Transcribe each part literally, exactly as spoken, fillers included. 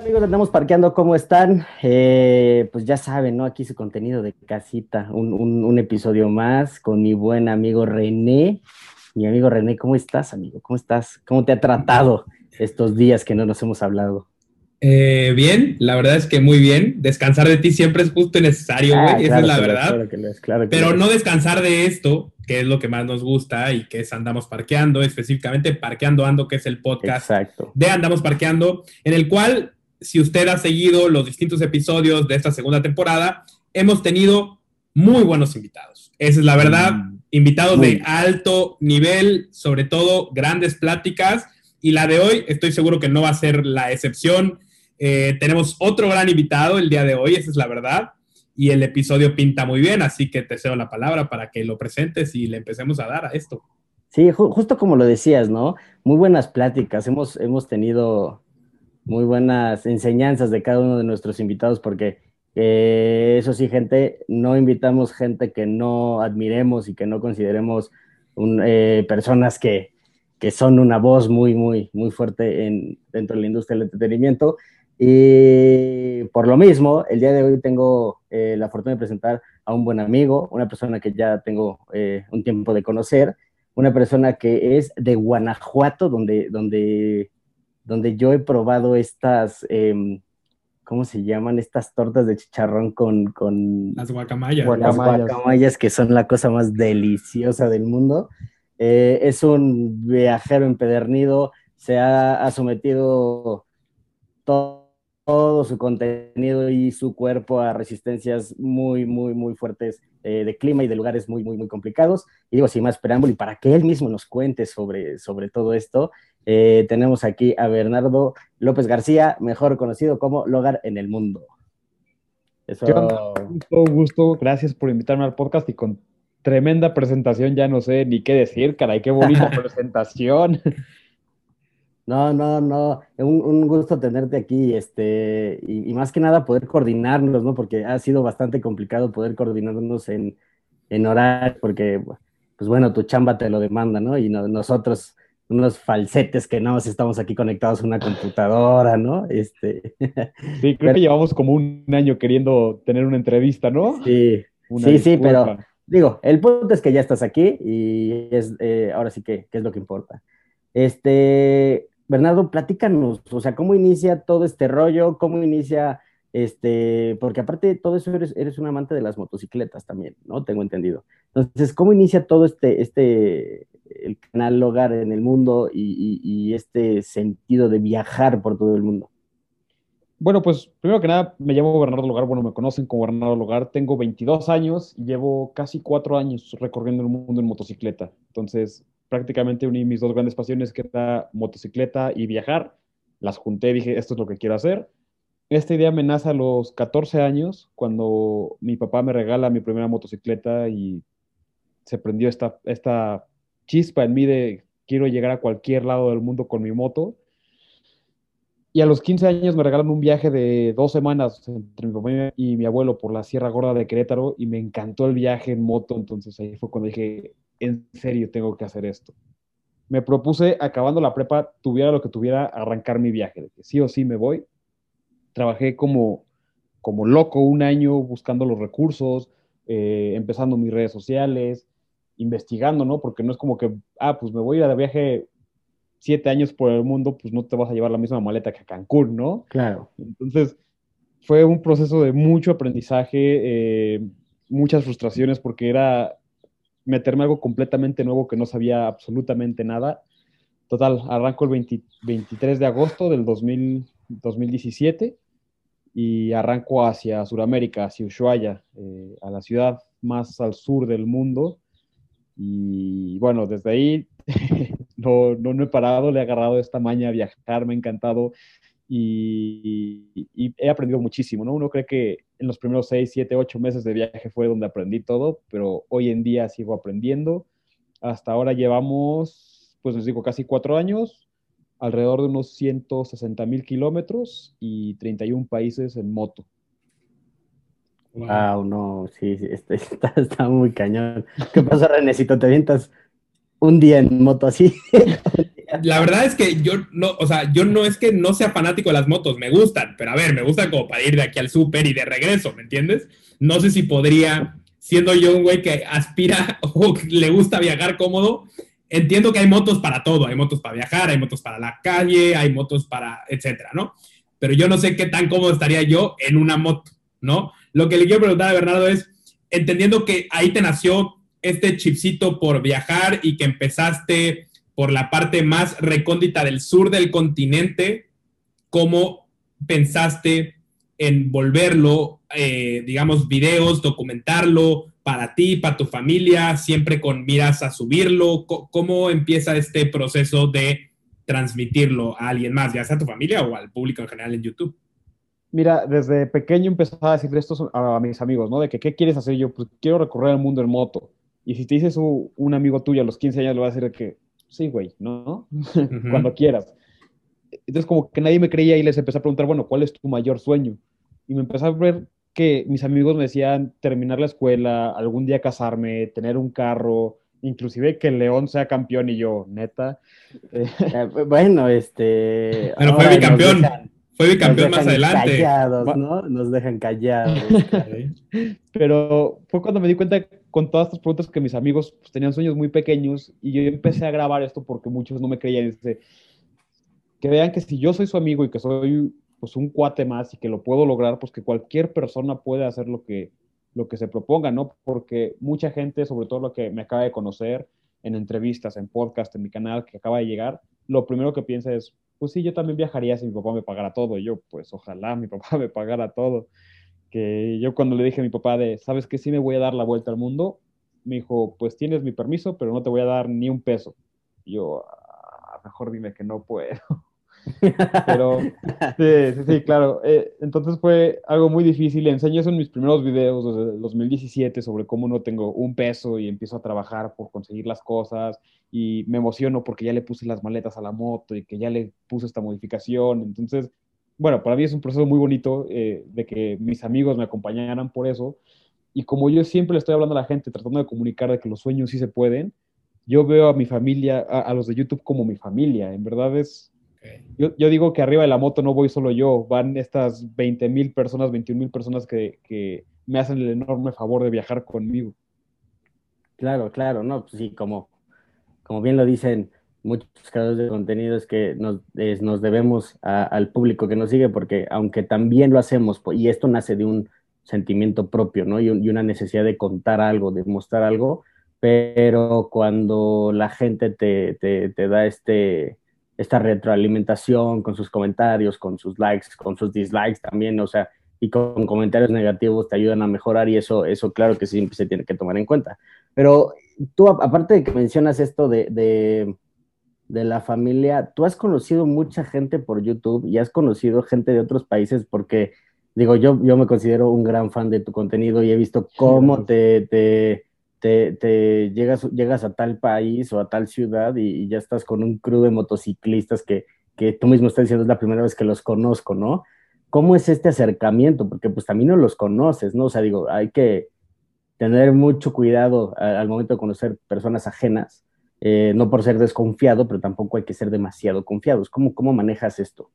Amigos, andamos parqueando, ¿cómo están? Eh, pues ya saben, ¿no? Aquí su contenido de casita, un, un, un episodio más con mi buen amigo René. Mi amigo René, ¿cómo estás, amigo? ¿Cómo estás? ¿Cómo te ha tratado estos días que no nos hemos hablado? Eh, bien, la verdad es que muy bien. Descansar de ti siempre es justo y necesario, Ah, güey, esa es claro la que lo es, verdad. claro que lo es, claro que lo Pero no es. descansar de esto, que es lo que más nos gusta y que es Andamos Parqueando, específicamente Parqueando Ando, que es el podcast Exacto. de Andamos Parqueando, en el cual, si usted ha seguido los distintos episodios de esta segunda temporada, hemos tenido muy buenos invitados. Esa es la verdad, Mm, invitados de muy. alto nivel, sobre todo grandes pláticas, y la de hoy estoy seguro que no va a ser la excepción. Eh, tenemos otro gran invitado el día de hoy, esa es la verdad, y el episodio pinta muy bien, así que te cedo la palabra para que lo presentes y le empecemos a dar a esto. Sí, ju- justo como lo decías, ¿no? Muy buenas pláticas. Hemos, hemos tenido muy buenas enseñanzas de cada uno de nuestros invitados, porque eh, eso sí, gente, no invitamos gente que no admiremos y que no consideremos un, eh, personas que, que son una voz muy, muy, muy fuerte en, dentro de la industria del entretenimiento. Y por lo mismo, el día de hoy tengo eh, la fortuna de presentar a un buen amigo, una persona que ya tengo eh, un tiempo de conocer, una persona que es de Guanajuato, donde, donde donde yo he probado estas, eh, ¿cómo se llaman? Estas tortas de chicharrón con, con Las guacamayas, las güey. Guacamayas. guacamayas, que son la cosa más deliciosa del mundo. Eh, es un viajero empedernido, se ha, ha sometido todo, todo su contenido y su cuerpo a resistencias muy, muy, muy fuertes eh, de clima y de lugares muy, muy, muy complicados. Y digo, sin más preámbulo, y para que él mismo nos cuente sobre, sobre todo esto, eh, tenemos aquí a Bernardo López García, mejor conocido como Logar en el Mundo. ¿Qué onda? Eso, Gusto, gusto. Gracias por invitarme al podcast y con tremenda presentación. Ya no sé ni qué decir, caray, qué bonita presentación. no, no, no, un, un gusto tenerte aquí, este, y, y más que nada poder coordinarnos, ¿no? Porque ha sido bastante complicado poder coordinarnos en, en horario, porque, pues bueno, tu chamba te lo demanda, ¿no? Y no- nosotros, unos falsetes que no estamos aquí conectados a una computadora, ¿no? Este, Sí, creo pero que llevamos como un año queriendo tener una entrevista, ¿no? sí, Una sí, sí, pero disculpa. digo, el punto es que ya estás aquí y es, eh, ahora sí que, que es lo que importa. Este, Bernardo, platícanos, o sea, ¿cómo inicia todo este rollo? ¿Cómo inicia, este, porque aparte de todo eso eres, eres un amante de las motocicletas también, ¿no? Tengo entendido. Entonces, ¿cómo inicia todo este, este, el canal Hogar en el mundo y, y- y este sentido de viajar por todo el mundo? Bueno, pues primero que nada, me llamo Bernardo Logar. Bueno, me conocen como Bernardo Logar. Tengo veintidós años y llevo casi cuatro años recorriendo el mundo en motocicleta. Entonces, prácticamente uní mis dos grandes pasiones, que era motocicleta y viajar. Las junté, dije, esto es lo que quiero hacer. Esta idea me nace a los catorce años, cuando mi papá me regala mi primera motocicleta y se prendió esta, esta chispa en mí de quiero llegar a cualquier lado del mundo con mi moto. Y a los quince años me regalan un viaje de dos semanas entre mi papá y mi abuelo por la Sierra Gorda de Querétaro y me encantó el viaje en moto. Entonces ahí fue cuando dije, en serio, tengo que hacer esto. Me propuse, acabando la prepa, tuviera lo que tuviera, arrancar mi viaje, de que sí o sí me voy. Trabajé como, como loco un año buscando los recursos, eh, empezando mis redes sociales, investigando, ¿no? Porque no es como que, ah, pues me voy a ir de viaje siete años por el mundo, pues no te vas a llevar la misma maleta que a Cancún, ¿no? Claro. Entonces, fue un proceso de mucho aprendizaje, eh, muchas frustraciones, porque era meterme algo completamente nuevo que no sabía absolutamente nada. Total, arranco el veinte veintitrés de agosto del dos mil, dos mil diecisiete y arranco hacia Sudamérica, hacia Ushuaia, eh, a la ciudad más al sur del mundo. Y bueno, desde ahí no, no, no he parado, le he agarrado esta maña a viajar, me ha encantado y, y, he aprendido muchísimo, ¿no? Uno cree que en los primeros seis, siete, ocho meses de viaje fue donde aprendí todo, pero hoy en día sigo aprendiendo. Hasta ahora llevamos, pues les digo, casi cuatro años, alrededor de unos ciento sesenta mil kilómetros y treinta y uno países en moto. Wow. Wow, no, sí, sí, está, está, está muy cañón. ¿Qué pasa, Renecito? ¿Te avientas un día en moto así? la verdad es que yo no, o sea, yo no es que no sea fanático de las motos, me gustan, pero a ver, me gustan como para ir de aquí al súper y de regreso, ¿me entiendes? No sé si podría, siendo yo un güey que aspira o que le gusta viajar cómodo, entiendo que hay motos para todo, hay motos para viajar, hay motos para la calle, hay motos para, etcétera, ¿no? Pero yo no sé qué tan cómodo estaría yo en una moto, ¿no? Lo que le quiero preguntar a Bernardo es, entendiendo que ahí te nació este chipcito por viajar y que empezaste por la parte más recóndita del sur del continente, ¿cómo pensaste en volverlo, eh, digamos, videos, documentarlo para ti, para tu familia, siempre con miras a subirlo? ¿Cómo empieza este proceso de transmitirlo a alguien más, ya sea a tu familia o al público en general en YouTube? Mira, desde pequeño empezaba a decirle esto a, a mis amigos, ¿no? De que, ¿qué quieres hacer? Yo, pues, quiero recorrer el mundo en moto. Y si te dices un, un amigo tuyo a los quince años, le va a decir que, sí, güey, ¿no? Uh Cuando -huh. quieras. Entonces, como que nadie me creía y les empecé a preguntar, bueno, ¿cuál es tu mayor sueño? Y me empecé a ver que mis amigos me decían terminar la escuela, algún día casarme, tener un carro, inclusive que el León sea campeón y yo, neta. Eh, Eh, bueno, este, Bueno, fue ahora nos bicampeón, dejan, fue nos bicampeón más dejan adelante. callados, va- ¿no? Nos dejan callados, caray. Sí. Pero fue cuando me di cuenta con todas estas preguntas que mis amigos pues, tenían sueños muy pequeños y yo empecé a grabar esto porque muchos no me creían. Dice, que vean que si yo soy su amigo y que soy pues un cuate más y que lo puedo lograr, pues que cualquier persona puede hacer lo que, lo que se proponga, ¿no? Porque mucha gente, sobre todo lo que me acaba de conocer en entrevistas, en podcast, en mi canal, que acaba de llegar, lo primero que piensa es, pues sí, yo también viajaría si mi papá me pagara todo. Y yo, pues ojalá mi papá me pagara todo. Que yo cuando le dije a mi papá de, ¿sabes qué? Sí me voy a dar la vuelta al mundo, me dijo, pues tienes mi permiso, pero no te voy a dar ni un peso. Y yo, ah, mejor dime que no puedo. Pero sí, sí, sí, claro. Eh, entonces fue algo muy difícil. Le enseño eso en mis primeros videos desde el dos mil diecisiete sobre cómo no tengo un peso y empiezo a trabajar por conseguir las cosas y me emociono porque ya le puse las maletas a la moto y que ya le puse esta modificación. Entonces, bueno, para mí es un proceso muy bonito eh, de que mis amigos me acompañaran por eso. Y como yo siempre le estoy hablando a la gente, tratando de comunicar de que los sueños sí se pueden, yo veo a mi familia, a, a los de YouTube como mi familia. En verdad es Okay. yo, yo digo que arriba de la moto no voy solo yo, van estas veinte mil personas, veintiún mil personas que, que me hacen el enorme favor de viajar conmigo. Claro, claro, no, pues sí, como, como bien lo dicen muchos creadores de contenido, es que nos, es- nos debemos a- al público que nos sigue, porque aunque también lo hacemos, po- y esto nace de un sentimiento propio, ¿no? Y, un- y una necesidad de contar algo, de mostrar algo, pero cuando la gente te, te, te da este, esta retroalimentación con sus comentarios, con sus likes, con sus dislikes también, o sea, y con comentarios negativos te ayudan a mejorar y eso, eso claro que sí se tiene que tomar en cuenta. Pero tú, aparte de que mencionas esto de, de, de la familia, tú has conocido mucha gente por YouTube y has conocido gente de otros países porque, digo, yo, yo me considero un gran fan de tu contenido y he visto cómo Gracias. te, te, te, te llegas, llegas a tal país o a tal ciudad y, y ya estás con un crew de motociclistas que, que tú mismo estás diciendo es la primera vez que los conozco, ¿no? ¿Cómo es este acercamiento? Porque pues también no los conoces, ¿no? O sea, digo, hay que tener mucho cuidado a- al momento de conocer personas ajenas, eh, no por ser desconfiado, pero tampoco hay que ser demasiado confiados. ¿Cómo, cómo manejas esto?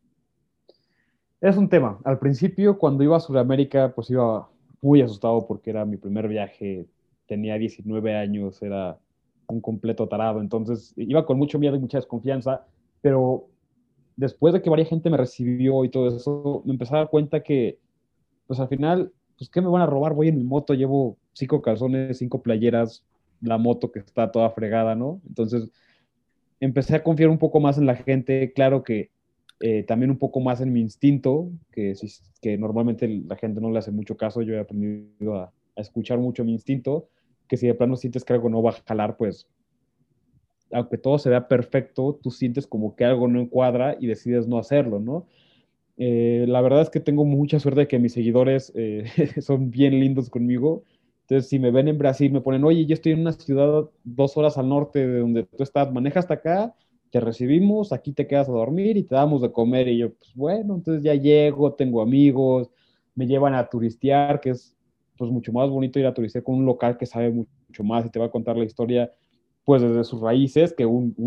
Es un tema. Al principio, cuando iba a Sudamérica, pues iba muy asustado porque era mi primer viaje, tenía diecinueve años, era un completo tarado, entonces iba con mucho miedo y mucha desconfianza, pero después de que varias gente me recibió y todo eso, me empecé a dar cuenta que pues al final, pues ¿qué me van a robar? Voy en mi moto, llevo cinco calzones, cinco playeras, la moto que está toda fregada, ¿no? Entonces empecé a confiar un poco más en la gente, claro que eh, también un poco más en mi instinto, que, si, que normalmente la gente no le hace mucho caso, yo he aprendido a, a escuchar mucho mi instinto, que si de plano sientes que algo no va a jalar, pues aunque todo se vea perfecto, tú sientes como que algo no encuadra y decides no hacerlo, ¿no? Eh, la verdad es que tengo mucha suerte de que mis seguidores eh, son bien lindos conmigo. Entonces, si me ven en Brasil, me ponen, oye, yo estoy en una ciudad dos horas al norte de donde tú estás, maneja hasta acá, te recibimos, aquí te quedas a dormir y te damos de comer. Y yo, pues bueno, entonces ya llego, tengo amigos, me llevan a turistear, que es pues mucho más bonito ir a turistear con un local que sabe mucho más y te va a contar la historia pues desde sus raíces que un, un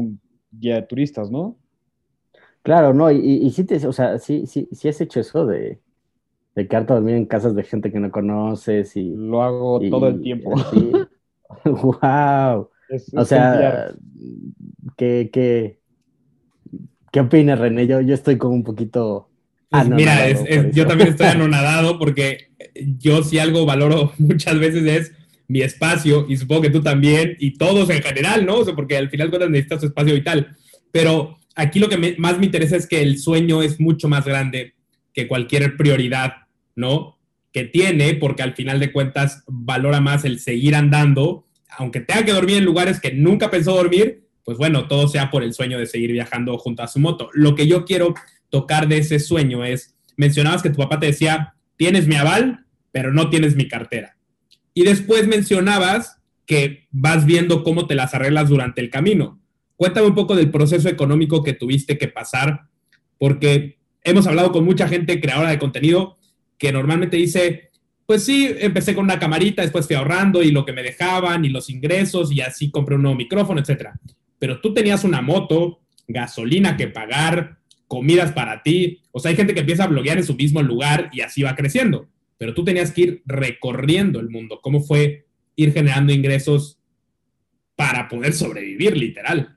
guía de turistas, ¿no? Claro, no, y, y, y sí, te, o sea, sí, sí, sí has hecho eso de, de quedarte a dormir en casas de gente que no conoces y, Lo hago todo el y, y tiempo. así. ¡Wow! Es, O es confiar. sea, ¿qué, qué, qué opinas, René? Yo, yo estoy como un poquito Pues mira, es, anonadado por es- yo eso. también estoy anonadado porque yo si algo valoro muchas veces es mi espacio y supongo que tú también y todos en general, ¿no? O sea, porque al final cuando necesitas tu espacio vital. Pero aquí lo que me- más me interesa es que el sueño es mucho más grande que cualquier prioridad, ¿no? Que tiene, porque al final de cuentas valora más el seguir andando, aunque tenga que dormir en lugares que nunca pensó dormir, pues bueno, todo sea por el sueño de seguir viajando junto a su moto. Lo que yo quiero tocar de ese sueño es, mencionabas que tu papá te decía, tienes mi aval, pero no tienes mi cartera. Y después mencionabas que vas viendo cómo te las arreglas durante el camino. Cuéntame un poco del proceso económico que tuviste que pasar, porque hemos hablado con mucha gente creadora de contenido que normalmente dice, pues sí, empecé con una camarita, después fui ahorrando y lo que me dejaban y los ingresos y así compré un nuevo micrófono, etcétera. Pero tú tenías una moto, gasolina que pagar, comidas para ti. O sea, hay gente que empieza a bloguear en su mismo lugar y así va creciendo. Pero tú tenías que ir recorriendo el mundo. ¿Cómo fue ir generando ingresos para poder sobrevivir, literal?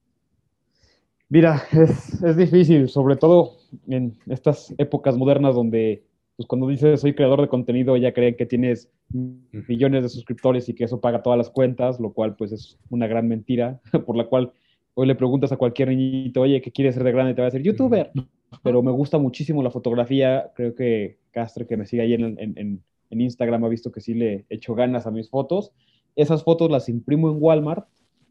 Mira, es, es difícil, sobre todo en estas épocas modernas donde, pues cuando dices soy creador de contenido, ya creen que tienes millones de suscriptores y que eso paga todas las cuentas, lo cual pues es una gran mentira, por la cual hoy le preguntas a cualquier niñito, oye, ¿qué quieres ser de grande? Te va a decir youtuber, pero me gusta muchísimo la fotografía, creo que Castro, que me sigue ahí en, en, en, en Instagram, ha visto que sí le echo ganas a mis fotos. Esas fotos las imprimo en Walmart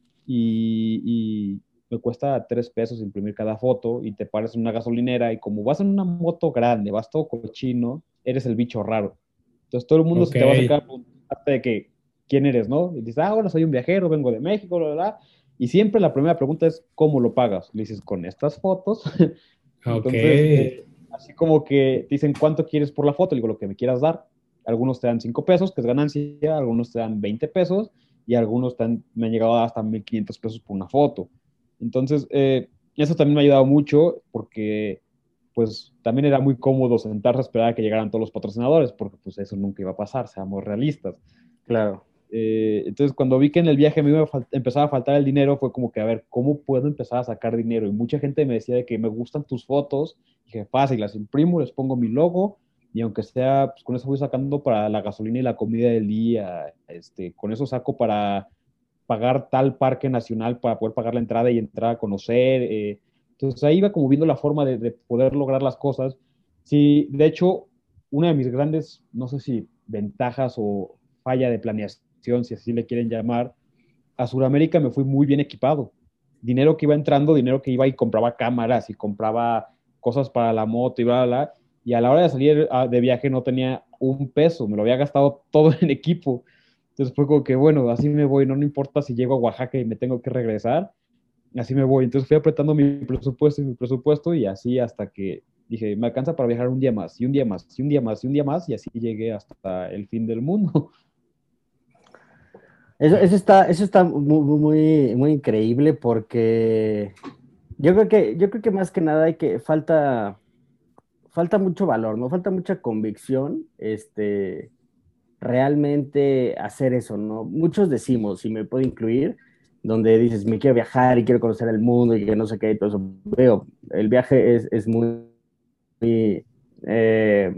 y, y me cuesta tres pesos imprimir cada foto y te paras en una gasolinera y como vas en una moto grande, vas todo cochino, eres el bicho raro. Entonces todo el mundo Ok, se te va a acercar a preguntarte de que, ¿quién eres, no? Y dices, ah, ahora soy un viajero, vengo de México, bla, bla, bla. Y siempre la primera pregunta es, ¿cómo lo pagas? Le dices, con estas fotos. ok, Entonces, eh, así como que te dicen, ¿cuánto quieres por la foto? Le digo, lo que me quieras dar. Algunos te dan cinco pesos, que es ganancia, algunos te dan veinte pesos y algunos te han- me han llegado hasta mil quinientos pesos por una foto. Entonces, eh, eso también me ha ayudado mucho porque pues también era muy cómodo sentarse a esperar a que llegaran todos los patrocinadores, porque pues eso nunca iba a pasar, seamos realistas. Claro. Eh, entonces, cuando vi que en el viaje me iba a fal- empezaba a faltar el dinero, fue como que, a ver, ¿cómo puedo empezar a sacar dinero? Y mucha gente me decía de que me gustan tus fotos, y dije, fácil, las imprimo, les pongo mi logo, y aunque sea, pues con eso voy sacando para la gasolina y la comida del día, este, con eso saco para pagar tal parque nacional para poder pagar la entrada y entrar a conocer. Eh, entonces ahí iba como viendo la forma de, de, poder lograr las cosas. Sí, de hecho, una de mis grandes, no sé si ventajas o falla de planeación, si así le quieren llamar, a Sudamérica me fui muy bien equipado. Dinero que iba entrando, dinero que iba y compraba cámaras y compraba cosas para la moto y bla, bla, bla. Y a la hora de salir de viaje no tenía un peso, me lo había gastado todo en equipo. Entonces fue como que, bueno, así me voy, no, no importa si llego a Oaxaca y me tengo que regresar, así me voy. Entonces fui apretando mi presupuesto y mi presupuesto y así hasta que dije, me alcanza para viajar un día más, y un día más, y un día más, y un día más, y así llegué hasta el fin del mundo. Eso, eso está, eso está muy, muy, muy increíble porque yo creo que, yo creo que más que nada hay que, falta, falta mucho valor, ¿no? Falta mucha convicción, este, realmente hacer eso, ¿no? Muchos decimos, y me puedo incluir, donde dices, me quiero viajar y quiero conocer el mundo y que no sé qué y todo eso. Veo, el viaje es, es muy, muy, eh,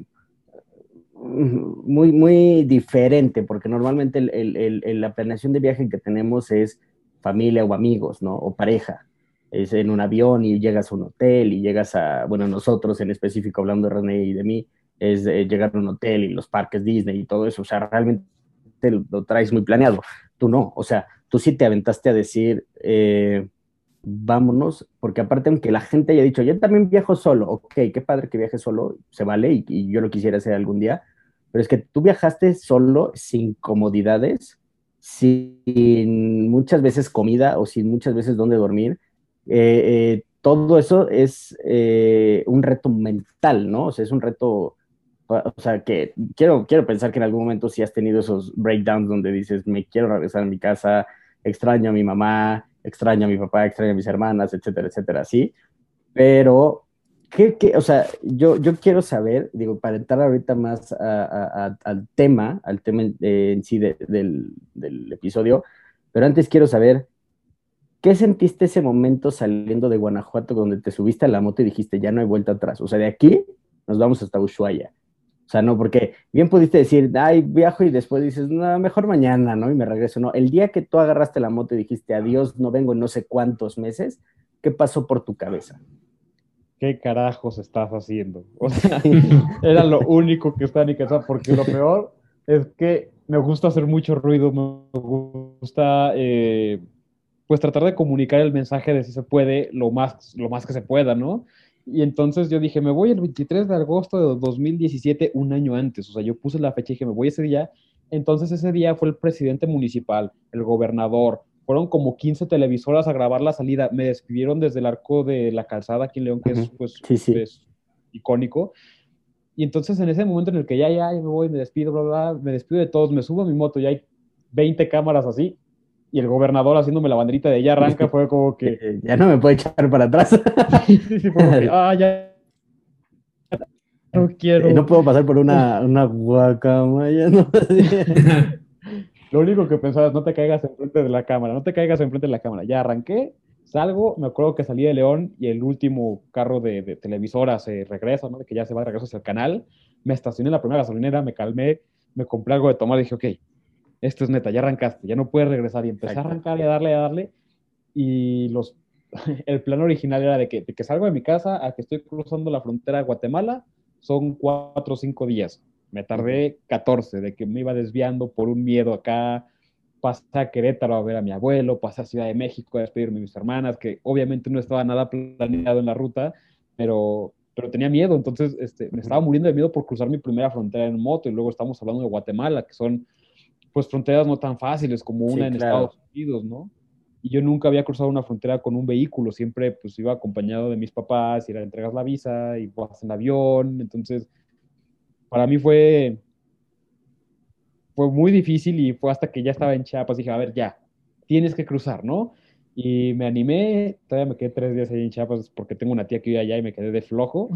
muy, muy diferente, porque normalmente el, el, el, la planeación de viaje que tenemos es familia o amigos, ¿no? O pareja. Es en un avión y llegas a un hotel y llegas a, bueno, nosotros en específico, hablando de René y de mí, es eh, llegar a un hotel y los parques Disney y todo eso. O sea, realmente lo, lo traes muy planeado. Tú no. O sea, tú sí te aventaste a decir, eh, vámonos, porque aparte, aunque la gente haya dicho, yo también viajo solo, ok, qué padre que viajes solo, se vale y, y yo lo quisiera hacer algún día, pero es que tú viajaste solo, sin comodidades, sin muchas veces comida o sin muchas veces dónde dormir. Eh, eh, todo eso es eh, un reto mental, ¿no? O sea, es un reto, o sea, que quiero, quiero pensar que en algún momento sí has tenido esos breakdowns donde dices, me quiero regresar a mi casa, extraño a mi mamá, extraño a mi papá, extraño a mis hermanas, etcétera, etcétera, así. Pero, ¿qué, qué? O sea, yo, yo quiero saber, digo, para entrar ahorita más a, a, a, al tema, al tema en, eh, en sí de, del, del episodio, pero antes quiero saber, ¿qué sentiste ese momento saliendo de Guanajuato donde te subiste a la moto y dijiste, ya no hay vuelta atrás? O sea, de aquí nos vamos hasta Ushuaia. O sea, no, porque bien pudiste decir, ay, viajo y después dices, no, mejor mañana, ¿no? Y me regreso, ¿no? El día que tú agarraste la moto y dijiste, adiós, no vengo en no sé cuántos meses, ¿qué pasó por tu cabeza? ¿Qué carajos estás haciendo? O sea, era lo único que estaba en mi cabeza, porque lo peor es que me gusta hacer mucho ruido, me gusta eh, pues tratar de comunicar el mensaje de si se puede lo más, lo más que se pueda, ¿no? Y entonces yo dije, me voy el veintitrés de agosto de dos mil diecisiete, un año antes. O sea, yo puse la fecha y dije, me voy ese día. Entonces ese día fue el presidente municipal, el gobernador, fueron como quince televisoras a grabar la salida. Me despidieron desde el Arco de la Calzada aquí en León, que es pues sí, sí. es icónico. Y entonces en ese momento en el que ya, ya, ya me voy, me despido, bla, bla, me despido de todos, me subo a mi moto y hay veinte cámaras así, y el gobernador haciéndome la banderita de ya arranca, fue como que... ya no me puede echar para atrás. sí, sí, fue como que, ah, ya no quiero. No puedo pasar por una, una guacamaya, no. Lo único que pensaba es no te caigas enfrente de la cámara, no te caigas enfrente de la cámara. Ya arranqué, salgo, me acuerdo que salí de León y el último carro de, de televisora se regresa, ¿no? De que ya se va de regreso hacia el canal. Me estacioné en la primera gasolinera, me calmé, me compré algo de tomar y dije, ok, esto es neta, ya arrancaste, ya no puedes regresar. Y empecé Exacto. a arrancar y a darle, a darle. Y los, el plan original era de que, de que salgo de mi casa a que estoy cruzando la frontera de Guatemala, son cuatro o cinco días. Me tardé catorce, de que me iba desviando por un miedo acá. Pasé a Querétaro a ver a mi abuelo, pasé a Ciudad de México a despedirme de mis hermanas, que obviamente no estaba nada planeado en la ruta, pero, pero tenía miedo. Entonces este, me estaba muriendo de miedo por cruzar mi primera frontera en moto. Y luego estamos hablando de Guatemala, que son pues fronteras no tan fáciles como una sí, en claro. Estados Unidos, ¿no? Y yo nunca había cruzado una frontera con un vehículo, siempre pues iba acompañado de mis papás, ir a entregar la visa y vas en avión. Entonces para mí fue, fue muy difícil y fue hasta que ya estaba en Chiapas, dije, a ver, ya, tienes que cruzar, ¿no? Y me animé, todavía me quedé tres días ahí en Chiapas porque tengo una tía que vive allá y me quedé de flojo.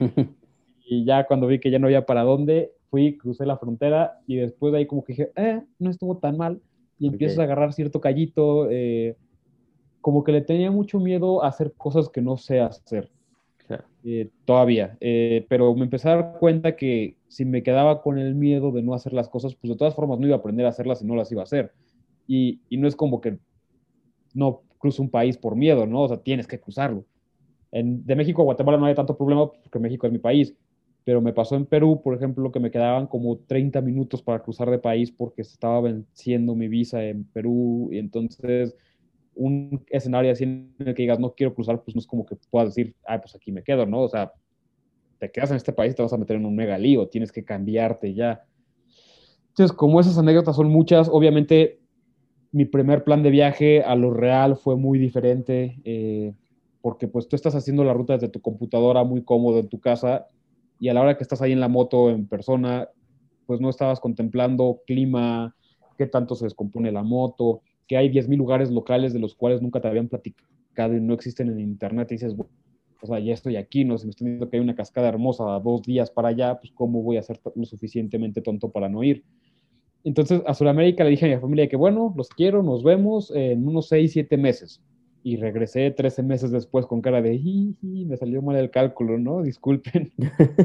Y ya cuando vi que ya no había para dónde, fui, crucé la frontera y después de ahí como que dije, eh, no estuvo tan mal. Y empiezas okay. a agarrar cierto callito, eh, como que le tenía mucho miedo a hacer cosas que no sé hacer. Eh, todavía, eh, pero me empecé a dar cuenta que si me quedaba con el miedo de no hacer las cosas, pues de todas formas no iba a aprender a hacerlas y no las iba a hacer. Y, y no es como que no cruzo un país por miedo, ¿no? O sea, tienes que cruzarlo. En, de México a Guatemala no hay tanto problema porque México es mi país, pero me pasó en Perú, por ejemplo, que me quedaban como treinta minutos para cruzar de país porque se estaba venciendo mi visa en Perú y entonces un escenario así en el que digas no quiero cruzar, pues no es como que puedas decir, ah, pues aquí me quedo, ¿no? O sea, te quedas en este país, te vas a meter en un mega lío, tienes que cambiarte ya. Entonces, como esas anécdotas son muchas, obviamente mi primer plan de viaje a lo real fue muy diferente, eh, porque pues tú estás haciendo la ruta desde tu computadora muy cómodo en tu casa y a la hora que estás ahí en la moto en persona, pues no estabas contemplando clima, qué tanto se descompone la moto, que hay diez mil lugares locales de los cuales nunca te habían platicado y no existen en internet y dices, bueno, o sea, ya estoy aquí, no, si me están diciendo que hay una cascada hermosa a dos días para allá, pues cómo voy a ser lo suficientemente tonto para no ir. Entonces a Sudamérica le dije a mi familia que bueno, los quiero, nos vemos en unos seis, siete meses. Y regresé trece meses después con cara de, Jiji, me salió mal el cálculo, ¿no? Disculpen.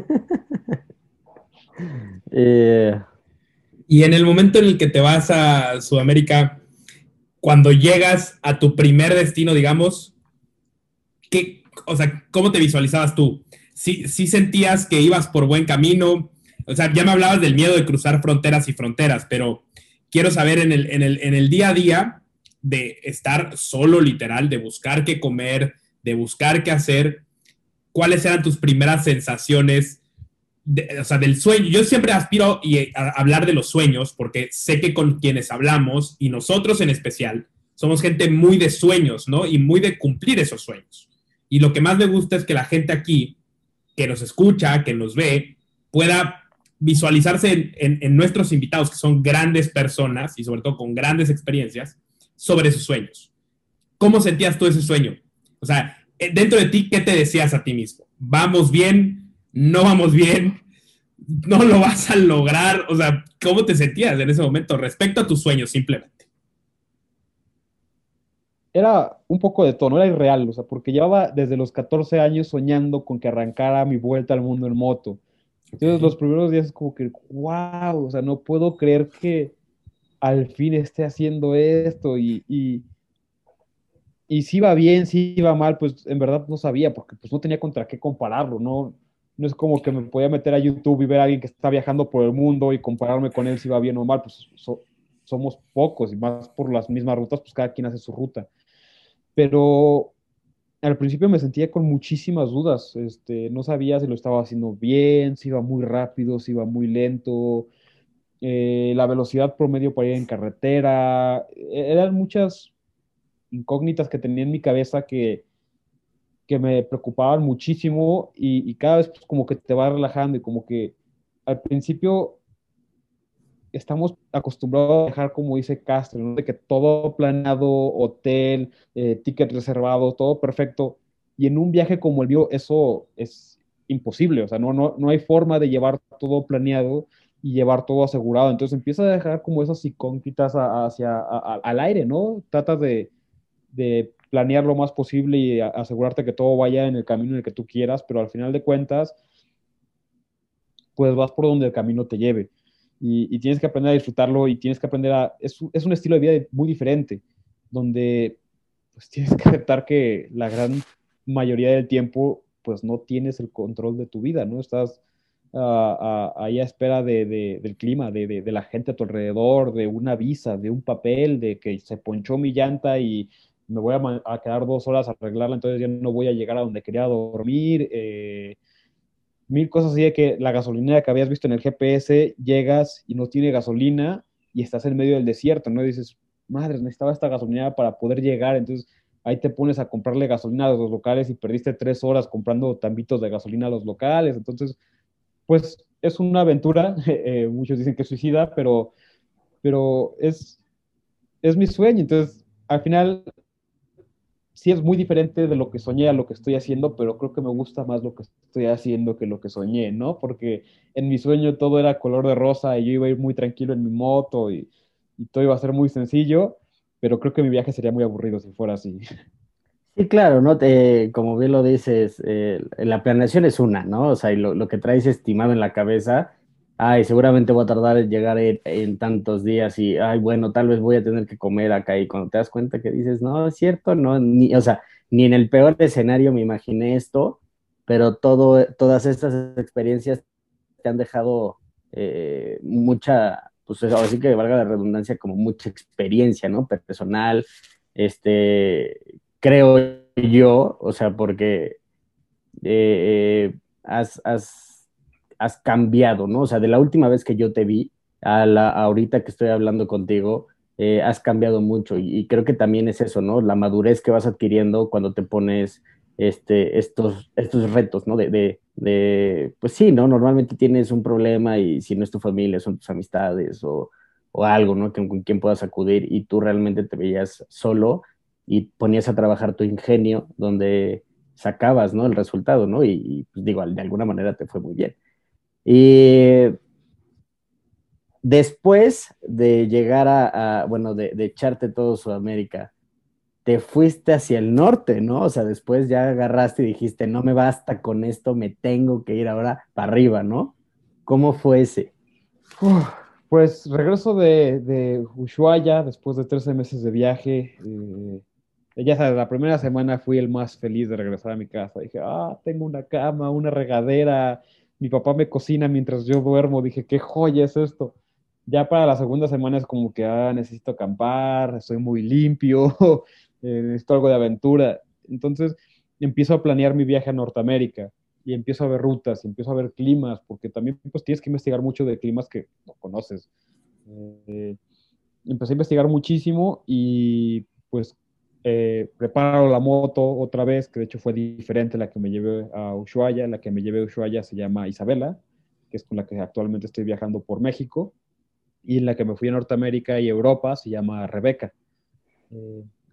eh... Y en el momento en el que te vas a Sudamérica, cuando llegas a tu primer destino, digamos, ¿qué, o sea, ¿cómo te visualizabas tú? ¿Sí, sí sentías que ibas por buen camino? O sea, ya me hablabas del miedo de cruzar fronteras y fronteras, pero quiero saber en el, en el, en el día a día de estar solo, literal, de buscar qué comer, de buscar qué hacer, ¿cuáles eran tus primeras sensaciones? De, o sea, del sueño. Yo siempre aspiro a, a hablar de los sueños porque sé que con quienes hablamos, y nosotros en especial, somos gente muy de sueños, ¿no? Y muy de cumplir esos sueños. Y lo que más me gusta es que la gente aquí, que nos escucha, que nos ve, pueda visualizarse en, en, en nuestros invitados, que son grandes personas y sobre todo con grandes experiencias, sobre sus sueños. ¿cómo sentías tú ese sueño? O sea, eh, dentro de ti, ¿qué te decías a ti mismo? ¿Vamos bien? ¿No vamos bien? ¿No lo vas a lograr? O sea, ¿cómo te sentías en ese momento respecto a tus sueños simplemente? Era un poco de todo, no era irreal, o sea, porque llevaba desde los catorce años soñando con que arrancara mi vuelta al mundo en moto. Ok, Entonces los primeros días es como que, wow, o sea, no puedo creer que al fin esté haciendo esto y, y, y si iba bien, si iba mal, pues en verdad no sabía, porque pues no tenía contra qué compararlo, no, no es como que me podía meter a YouTube y ver a alguien que está viajando por el mundo y compararme con él si va bien o mal, pues so- somos pocos y más por las mismas rutas, pues cada quien hace su ruta. Pero al principio me sentía con muchísimas dudas, este, no sabía si lo estaba haciendo bien, si iba muy rápido, si iba muy lento, eh, la velocidad promedio para ir en carretera, e- eran muchas incógnitas que tenía en mi cabeza que, que me preocupaban muchísimo y, y cada vez pues, como que te va relajando y como que al principio estamos acostumbrados a dejar, como dice Castro, ¿no? De que todo planeado, hotel, eh, ticket reservado, todo perfecto. Y en un viaje como el mío, eso es imposible. O sea, no, no, no hay forma de llevar todo planeado y llevar todo asegurado. Entonces empieza a dejar como esas incógnitas a- hacia, a- a- al aire, ¿no? Tratas de, de planear lo más posible y a- asegurarte que todo vaya en el camino en el que tú quieras, pero al final de cuentas, pues vas por donde el camino te lleve. Y, y tienes que aprender a disfrutarlo y tienes que aprender a... Es, es un estilo de vida muy diferente, donde pues tienes que aceptar que la gran mayoría del tiempo pues no tienes el control de tu vida, ¿no? Estás uh, uh, ahí a espera de, de, del clima, de, de, de, la gente a tu alrededor, de una visa, de un papel, de que se ponchó mi llanta y me voy a, a quedar dos horas a arreglarla, entonces ya no voy a llegar a donde quería dormir. Eh, mil cosas así de que la gasolinera que habías visto en el G P S, llegas y no tiene gasolina y estás en medio del desierto, ¿no? Y dices, madre, necesitaba esta gasolinera para poder llegar, entonces ahí te pones a comprarle gasolina a los locales y perdiste tres horas comprando tambitos de gasolina a los locales, entonces, pues es una aventura, eh, muchos dicen que es suicida, pero, pero es, es mi sueño, entonces al final sí es muy diferente de lo que soñé a lo que estoy haciendo, pero creo que me gusta más lo que estoy haciendo que lo que soñé, ¿no? Porque en mi sueño todo era color de rosa y yo iba a ir muy tranquilo en mi moto y, y todo iba a ser muy sencillo, pero creo que mi viaje sería muy aburrido si fuera así. Sí, claro, ¿no? Te- como bien lo dices, eh, la planeación es una, ¿no? O sea, y lo, lo que traes estimado en la cabeza, ay, seguramente voy a tardar en llegar en, en tantos días y, ay, bueno, tal vez voy a tener que comer acá y cuando te das cuenta que dices, no, es cierto, no, ni, o sea, ni en el peor escenario me imaginé esto, pero todo, todas estas experiencias te han dejado eh, mucha, pues ahora sí que valga la redundancia, como mucha experiencia, ¿no? Personal, este, creo yo, o sea, porque eh, eh, has, has, has cambiado, ¿no? O sea, de la última vez que yo te vi a la a ahorita que estoy hablando contigo, eh, has cambiado mucho y, y creo que también es eso, ¿no? La madurez que vas adquiriendo cuando te pones este, estos, estos retos, ¿no? De, de, de, pues sí, ¿no? Normalmente tienes un problema y si no es tu familia, son tus amistades o, o algo, ¿no? Con, con quien puedas acudir y tú realmente te veías solo y ponías a trabajar tu ingenio donde sacabas, ¿no? El resultado, ¿no? Y, y, pues digo, de alguna manera te fue muy bien. Y después de llegar a, a bueno, de, de, echarte todo Sudamérica, te fuiste hacia el norte, ¿no? O sea, después ya agarraste y dijiste, no me basta con esto, me tengo que ir ahora para arriba, ¿no? ¿Cómo fue ese? Uf, pues regreso de, de Ushuaia después de trece meses de viaje. Eh, ya sabes, la primera semana fui el más feliz de regresar a mi casa. Dije, ah, tengo una cama, una regadera, mi papá me cocina mientras yo duermo. Dije, qué joya es esto. Ya para la segunda semana es como que, ah, necesito acampar, estoy muy limpio, eh, necesito algo de aventura. Entonces empiezo a planear mi viaje a Norteamérica y empiezo a ver rutas, y empiezo a ver climas, porque también pues tienes que investigar mucho de climas que no conoces. Eh, empecé a investigar muchísimo y pues eh, preparo la moto otra vez, que de hecho fue diferente la que me llevé a Ushuaia. La que me llevé a Ushuaia se llama Isabela, que es con la que actualmente estoy viajando por México, y la que me fui a Norteamérica y Europa se llama Rebeca. Eh,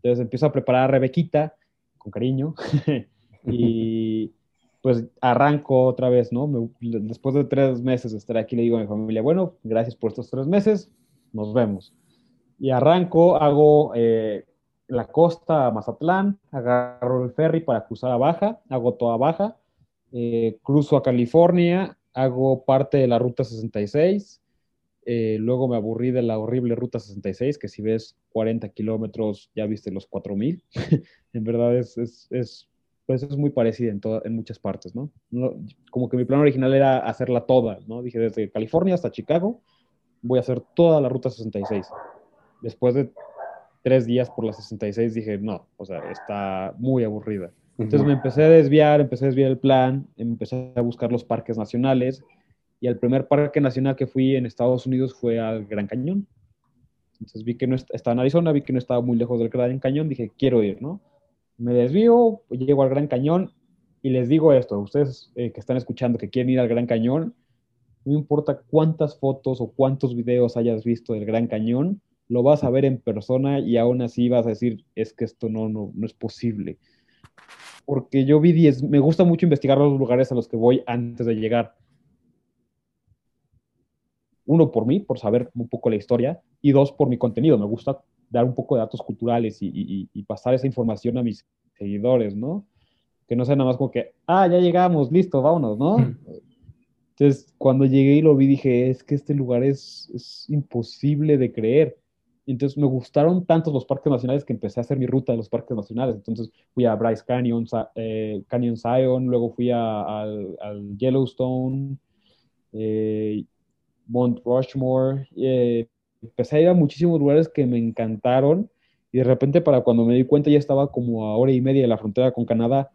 Entonces empiezo a preparar a Rebequita, con cariño, y pues arranco otra vez, ¿no? Me, después de tres meses de estar aquí, le digo a mi familia, bueno, gracias por estos tres meses, nos vemos. Y arranco, hago eh, la costa a Mazatlán, agarro el ferry para cruzar a Baja, hago toda Baja, eh, cruzo a California, hago parte de la Ruta sesenta y seis, eh, luego me aburrí de la horrible Ruta sesenta y seis, que si ves cuarenta kilómetros ya viste los cuatro mil. En verdad es, es, es, pues es muy parecida en, toda, en muchas partes, ¿no? ¿no? Como que mi plan original era hacerla toda, ¿no? Dije, desde California hasta Chicago, voy a hacer toda la Ruta sesenta y seis. Después de tres días por la sesenta y seis dije, no, o sea, está muy aburrida. Entonces uh-huh. me empecé a desviar, empecé a desviar el plan, empecé a buscar los parques nacionales, y el primer parque nacional que fui en Estados Unidos fue al Gran Cañón. Entonces vi que no est- estaba en Arizona, vi que no estaba muy lejos del Gran Cañón, dije, quiero ir, ¿no? Me desvío, llego al Gran Cañón, y les digo esto, ustedes eh, que están escuchando que quieren ir al Gran Cañón, no importa cuántas fotos o cuántos videos hayas visto del Gran Cañón, lo vas a ver en persona y aún así vas a decir, es que esto no, no, no es posible. Porque yo vi diez, me gusta mucho investigar los lugares a los que voy antes de llegar. Uno, por mí, por saber un poco la historia, y dos, por mi contenido. Me gusta dar un poco de datos culturales y, y, y pasar esa información a mis seguidores, ¿no? Que no sea nada más como que, ah, ya llegamos, listo, vámonos, ¿no? Entonces, cuando llegué y lo vi, dije, es que este lugar es, es imposible de creer. Entonces, me gustaron tantos los parques nacionales que empecé a hacer mi ruta de los parques nacionales. Entonces, fui a Bryce Canyon, eh, Canyon Zion, luego fui a, al, al Yellowstone, eh, Mount Rushmore. Eh, empecé a ir a muchísimos lugares que me encantaron. Y de repente, para cuando me di cuenta, ya estaba como a hora y media de la frontera con Canadá.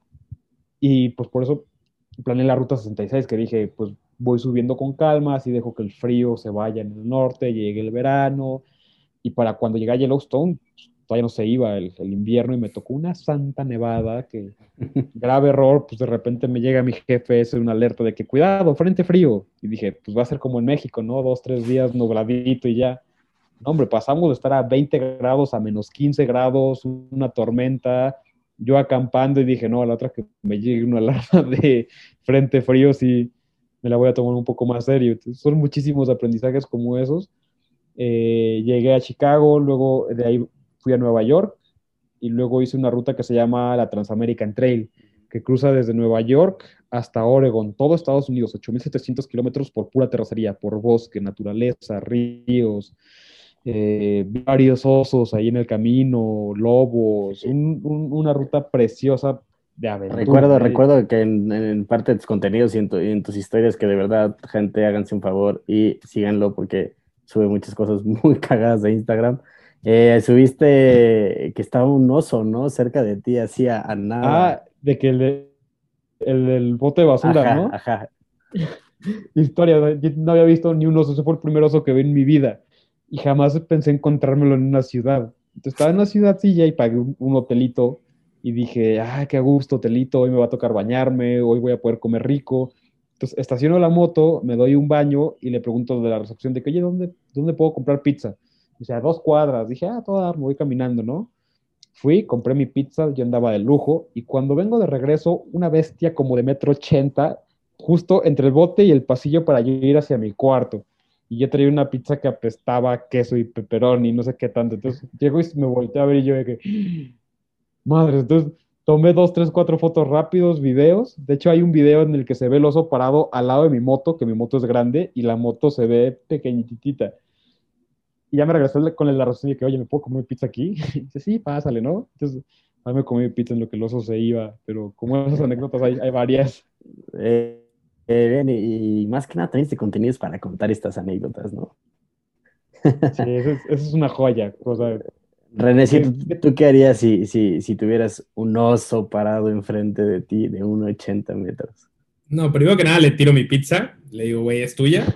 Y pues por eso planeé la ruta sesenta y seis, que dije, pues voy subiendo con calma, así dejo que el frío se vaya en el norte, llegue el verano, y para cuando llegué a Yellowstone, pues, todavía no se iba el, el invierno y me tocó una santa nevada que, grave error, pues de repente me llega mi jefe, es una alerta de que cuidado, frente frío, y dije, pues va a ser como en México, ¿no? Dos, tres días nubladito y ya. No, hombre, pasamos de estar a veinte grados a menos quince grados, una tormenta, yo acampando y dije, no, a la otra que me llegue una alarma de frente frío, sí me la voy a tomar un poco más serio. Entonces, son muchísimos aprendizajes como esos. Eh, llegué a Chicago, luego de ahí fui a Nueva York y luego hice una ruta que se llama la Transamerican Trail, que cruza desde Nueva York hasta Oregon, todo Estados Unidos, ocho mil setecientos kilómetros por pura terracería, por bosque, naturaleza, ríos, eh, varios osos ahí en el camino, lobos, un, un, una ruta preciosa de aventura. Recuerdo, ¿eh? recuerdo que en, en parte de tus contenidos y en, tu, y en tus historias, que de verdad, gente, háganse un favor y síganlo porque sube muchas cosas muy cagadas de Instagram. Eh, subiste que estaba un oso, ¿no? Cerca de ti, así a, a nada. Ah, de que el, el, el bote de basura, ajá, ¿no? Ajá. Historia, yo no había visto ni un oso, ese fue el primer oso que vi en mi vida y jamás pensé encontrármelo en una ciudad. Entonces estaba en una ciudadcilla y pagué un, un hotelito y dije, ah, qué a gusto, hotelito, hoy me va a tocar bañarme, hoy voy a poder comer rico. Entonces estaciono la moto, me doy un baño y le pregunto de la recepción de que, oye, ¿dónde, ¿dónde puedo comprar pizza? Dice, a dos cuadras. Dije, ah, toda, me voy caminando, ¿no? Fui, compré mi pizza, yo andaba de lujo, y cuando vengo de regreso, una bestia como de metro ochenta, justo entre el bote y el pasillo para yo ir hacia mi cuarto. Y yo traía una pizza que apestaba a queso y pepperoni, no sé qué tanto. Entonces llego y me volteé a ver y yo de que, madre, entonces tomé dos, tres, cuatro fotos rápidos, videos. De hecho, hay un video en el que se ve el oso parado al lado de mi moto, que mi moto es grande, y la moto se ve pequeñitita. Y ya me regresé con la razón de que, oye, ¿me puedo comer pizza aquí? Y dice, sí, pásale, ¿no? Entonces, a mí me comí pizza en lo que el oso se iba, pero como esas anécdotas hay, hay varias. Eh, eh, bien, y, y más que nada también este contenido es para contar estas anécdotas, ¿no? Sí, eso es, eso es una joya. O sea, René, ¿qué, ¿tú, ¿tú qué harías si, si, si tuvieras un oso parado enfrente de ti de uno ochenta metros? No, primero que nada le tiro mi pizza, le digo, güey, es tuya.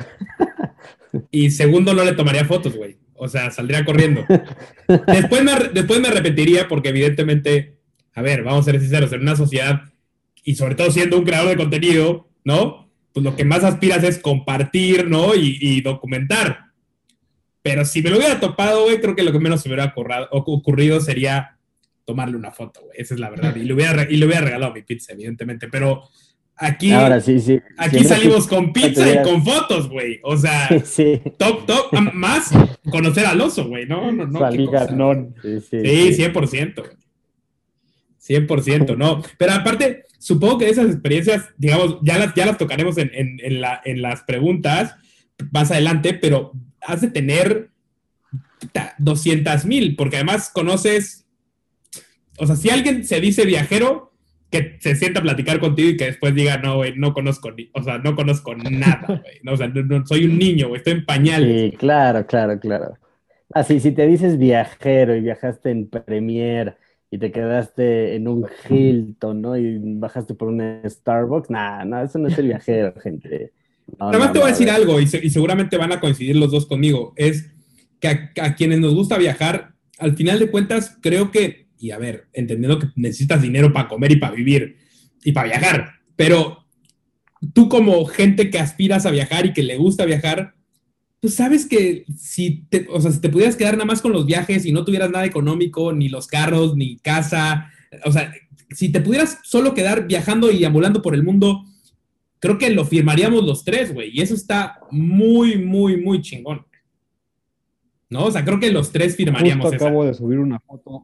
Y segundo, no le tomaría fotos, güey. O sea, saldría corriendo. Después me, después me arrepentiría porque evidentemente, a ver, vamos a ser sinceros, en una sociedad, y sobre todo siendo un creador de contenido, ¿no? Pues lo que más aspiras es compartir, ¿no? Y, y documentar. Pero si me lo hubiera topado, güey, creo que lo que menos se me hubiera ocurrado, ocurrido sería tomarle una foto, güey. Esa es la verdad. Y le hubiera, y le hubiera regalado mi pizza, evidentemente. Pero aquí, Ahora sí, sí. Si aquí en esa salimos con pizza pizza y tuvieras... con fotos, güey. O sea, Sí, top, top. Más conocer al oso, güey. No, no, no, qué Salí cosa. ganón. sí, sí, Sí, sí. cien por ciento, güey. cien por ciento, no. Pero aparte, supongo que esas experiencias, digamos, ya las, ya las tocaremos en, en, en, la, en las preguntas más adelante, pero has de tener doscientas mil, porque además conoces, o sea, si alguien se dice viajero, que se sienta a platicar contigo y que después diga, no, güey, no conozco, ni, o sea, no conozco nada, güey, no, o sea, no, no, soy un niño, güey, estoy en pañales, Sí, güey. claro, claro, claro. Así, si te dices viajero y viajaste en Premier y te quedaste en un Hilton, ¿no? Y bajaste por un Starbucks, nah, no, eso no es el viajero, gente. No, Además no, te no, voy a a decir ver. algo, y, se, y seguramente van a coincidir los dos conmigo, es que a, a quienes nos gusta viajar, al final de cuentas, creo que, y a ver, entendiendo que necesitas dinero para comer y para vivir y para viajar, pero tú como gente que aspiras a viajar y que le gusta viajar, pues sabes que si te, o sea, si te pudieras quedar nada más con los viajes y no tuvieras nada económico, ni los carros, ni casa, o sea, si te pudieras solo quedar viajando y ambulando por el mundo, creo que lo firmaríamos los tres, güey, y eso está muy, muy, muy chingón, ¿no? O sea, creo que los tres Justo firmaríamos esa. acabo de subir una foto,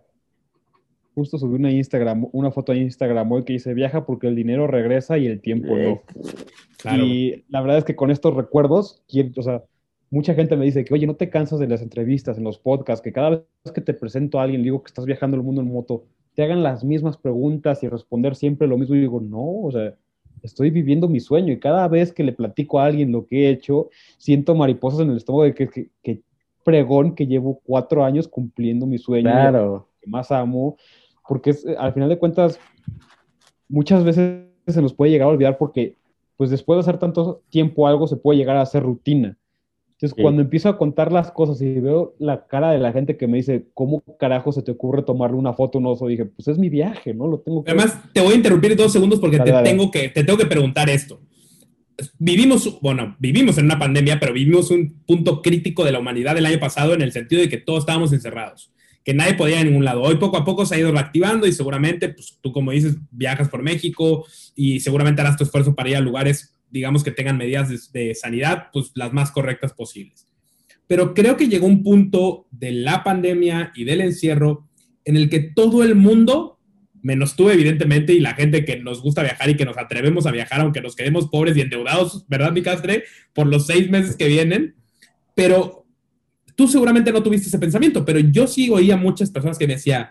justo subí una Instagram, una foto a Instagram hoy que dice viaja porque el dinero regresa y el tiempo Eh, no. Claro. Y la verdad es que con estos recuerdos, quiero, o sea, mucha gente me dice que, oye, no te cansas de las entrevistas, en los podcasts, que cada vez que te presento a alguien, digo que estás viajando el mundo en moto, te hagan las mismas preguntas y responder siempre lo mismo. Y digo, no, o sea, estoy viviendo mi sueño y cada vez que le platico a alguien lo que he hecho, siento mariposas en el estómago de que, que, que pregón que llevo cuatro años cumpliendo mi sueño y claro. que más amo, porque es, al final de cuentas, muchas veces se nos puede llegar a olvidar porque, pues después de hacer tanto tiempo algo, se puede llegar a hacer rutina. Entonces, Sí. cuando empiezo a contar las cosas y veo la cara de la gente que me dice, ¿cómo carajo se te ocurre tomarle una foto a un oso? Dije, pues es mi viaje, ¿no? Lo tengo que... Además, te voy a interrumpir dos segundos porque Dale, te dale. tengo que, te tengo que preguntar esto. Vivimos, bueno, vivimos en una pandemia, pero vivimos un punto crítico de la humanidad el año pasado en el sentido de que todos estábamos encerrados, que nadie podía ir a ningún lado. Hoy poco a poco se ha ido reactivando y seguramente, pues tú como dices, viajas por México y seguramente harás tu esfuerzo para ir a lugares, digamos, que tengan medidas de, de sanidad, pues las más correctas posibles. Pero creo que llegó un punto de la pandemia y del encierro en el que todo el mundo, menos tú evidentemente, y la gente que nos gusta viajar y que nos atrevemos a viajar, aunque nos quedemos pobres y endeudados, ¿verdad, mi Castre? Por los seis meses que vienen, pero tú seguramente no tuviste ese pensamiento, pero yo sí oía muchas personas que me decían,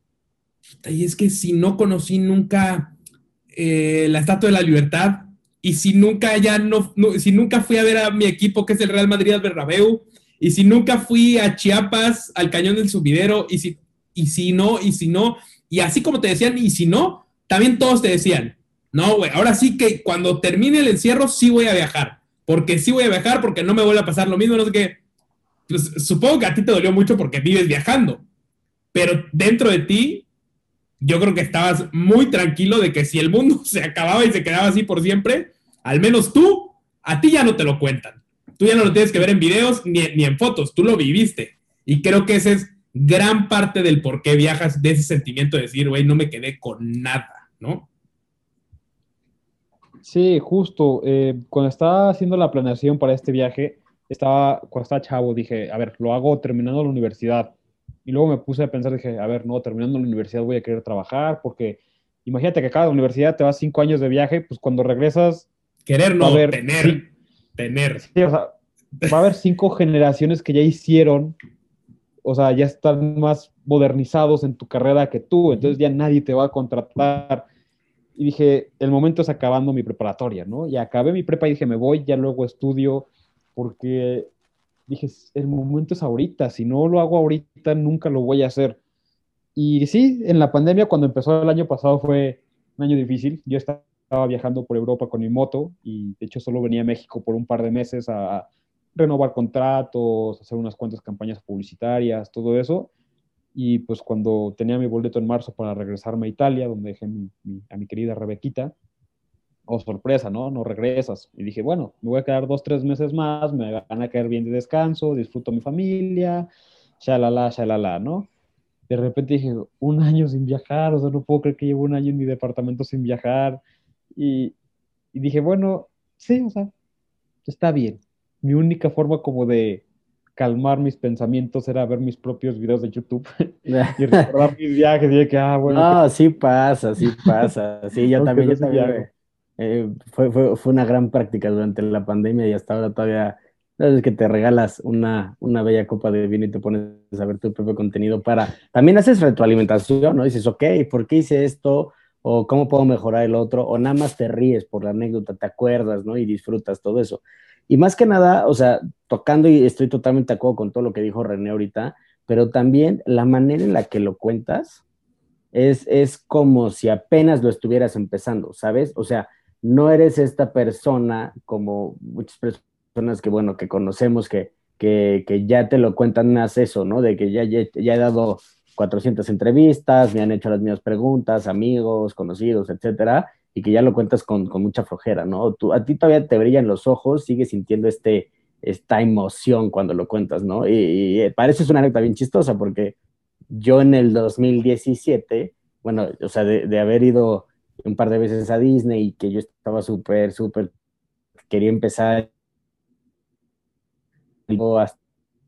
y es que si no conocí nunca eh, la Estatua de la Libertad, y si nunca ya no, no, si nunca fui a ver a mi equipo que es el Real Madrid al Bernabéu, y si nunca fui a Chiapas al Cañón del Subidero, y si, y si no, y si no, y así como te decían, y si no, también todos te decían, no, güey, ahora sí que cuando termine el encierro sí voy a viajar, porque sí voy a viajar, porque no me vuelve a pasar lo mismo, no sé qué. Pues, supongo que a ti te dolió mucho porque vives viajando, pero dentro de ti yo creo que estabas muy tranquilo de que si el mundo se acababa y se quedaba así por siempre, al menos tú, a ti ya no te lo cuentan. Tú ya no lo tienes que ver en videos ni, ni en fotos, tú lo viviste. Y creo que ese es gran parte del por qué viajas, de ese sentimiento de decir, güey, no me quedé con nada, ¿no? Sí, justo. Eh, cuando estaba haciendo la planeación para este viaje, estaba, cuando estaba chavo, dije, a ver, lo hago terminando la universidad. Y luego me puse a pensar, dije, a ver, no, terminando la universidad voy a querer trabajar, porque imagínate que acabas la universidad, te vas cinco años de viaje, pues cuando regresas Querer va a no, haber, tener, sí, tener. sí, o sea, va a haber cinco generaciones que ya hicieron, o sea, ya están más modernizados en tu carrera que tú, entonces ya nadie te va a contratar. Y dije, el momento es acabando mi preparatoria, ¿no? Y acabé mi prepa y dije, me voy, ya luego estudio, porque dije, el momento es ahorita, si no lo hago ahorita, nunca lo voy a hacer. Y sí, en la pandemia, cuando empezó el año pasado, fue un año difícil. Yo estaba viajando por Europa con mi moto y de hecho solo venía a México por un par de meses a renovar contratos, hacer unas cuantas campañas publicitarias, todo eso. Y pues cuando tenía mi boleto en marzo para regresarme a Italia, donde dejé mi, mi, a mi querida Rebequita, oh sorpresa, ¿no? No regresas. Y dije, bueno, me voy a quedar dos, tres meses más, me van a caer bien de descanso, disfruto mi familia, shalala, shalala, ¿no? De repente dije, un año sin viajar, o sea, no puedo creer que llevo un año en mi departamento sin viajar. Y, y dije, bueno, sí, o sea, está bien. Mi única forma como de calmar mis pensamientos era ver mis propios videos de YouTube y recordar mis viajes. Y dije que, ah, bueno, que No, sí pasa, sí pasa. Sí, yo aunque también, no yo sé también viajo. me, eh, fue, fue, fue una gran práctica durante la pandemia y hasta ahora todavía, sabes que te regalas una, una bella copa de vino y te pones a ver tu propio contenido para, también haces retroalimentación, ¿no? Dices, ok, ¿por qué hice esto? O cómo puedo mejorar el otro, o nada más te ríes por la anécdota, te acuerdas, ¿no? Y disfrutas todo eso. Y más que nada, o sea, tocando y estoy totalmente de acuerdo con todo lo que dijo René ahorita, pero también la manera en la que lo cuentas es, es como si apenas lo estuvieras empezando, ¿sabes? O sea, no eres esta persona como muchas personas que, bueno, que conocemos que, que, que ya te lo cuentan más eso, ¿no? De que ya, ya, ya he dado cuatrocientas entrevistas, me han hecho las mismas preguntas, amigos, conocidos, etcétera, y que ya lo cuentas con, con mucha flojera, ¿no? Tú, a ti todavía te brillan los ojos, sigues sintiendo este, esta emoción cuando lo cuentas, ¿no? Y, y parece es una anécdota bien chistosa porque yo en el dos mil diecisiete, bueno, o sea, de, de haber ido un par de veces a Disney y que yo estaba súper, súper, quería empezar hasta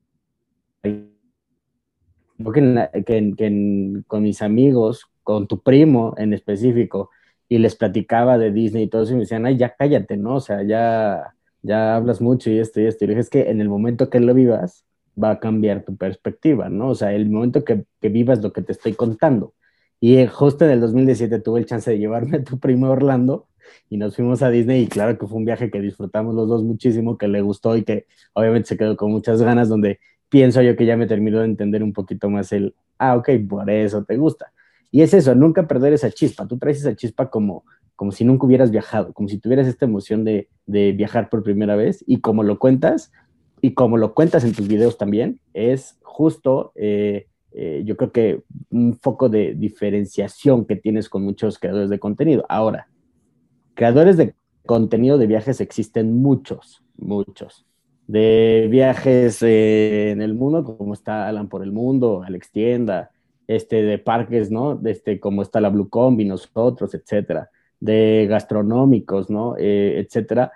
que, en, que, en, que en, con mis amigos, con tu primo en específico, y les platicaba de Disney y todo eso, y me decían, ay, ya cállate, ¿no? O sea, ya, ya hablas mucho y esto y esto. Y le dije, es que en el momento que lo vivas, va a cambiar tu perspectiva, ¿no? O sea, el momento que, que vivas lo que te estoy contando. Y eh, justo en el dos mil diecisiete tuve el chance de llevarme a tu primo a Orlando y nos fuimos a Disney y claro que fue un viaje que disfrutamos los dos muchísimo, que le gustó y que obviamente se quedó con muchas ganas, donde pienso yo que ya me terminó de entender un poquito más el, ah, ok, por eso te gusta. Y es eso, nunca perder esa chispa. Tú traes esa chispa como, como si nunca hubieras viajado, como si tuvieras esta emoción de, de viajar por primera vez y como lo cuentas, y como lo cuentas en tus videos también, es justo, eh, eh, yo creo que un foco de diferenciación que tienes con muchos creadores de contenido. Ahora, creadores de contenido de viajes existen muchos, muchos. De viajes eh, en el mundo, como está Alan por el Mundo, Alex Tienda, este, de parques, ¿no? Este, como está la Blue Combi, nosotros, etcétera. De gastronómicos, ¿no? Eh, etcétera.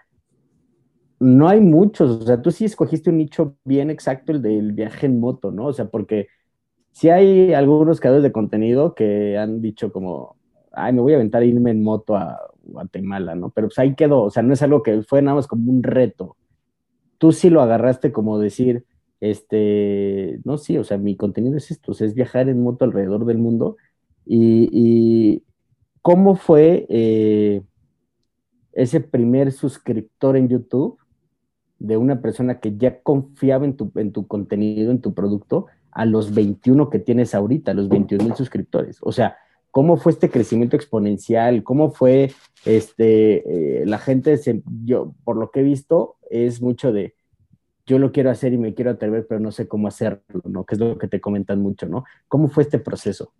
No hay muchos, o sea, tú sí escogiste un nicho bien exacto, el del viaje en moto, ¿no? O sea, porque sí hay algunos creadores de contenido que han dicho como, ay, me voy a aventar a irme en moto a Guatemala, ¿no? Pero pues ahí quedó, o sea, no es algo que fue nada más como un reto. Tú sí lo agarraste como decir, este, no, sí, o sea, mi contenido es esto, o sea, es viajar en moto alrededor del mundo. Y, y ¿cómo fue eh, ese primer suscriptor en YouTube de una persona que ya confiaba en tu, en tu contenido, en tu producto, a los veintiuno que tienes ahorita, a los veintiún mil suscriptores? O sea, ¿cómo fue este crecimiento exponencial? ¿Cómo fue este, eh, la gente, se, yo, por lo que he visto, es mucho de, yo lo quiero hacer y me quiero atrever, pero no sé cómo hacerlo, ¿no? Que es lo que te comentan mucho, ¿no? ¿Cómo fue este proceso?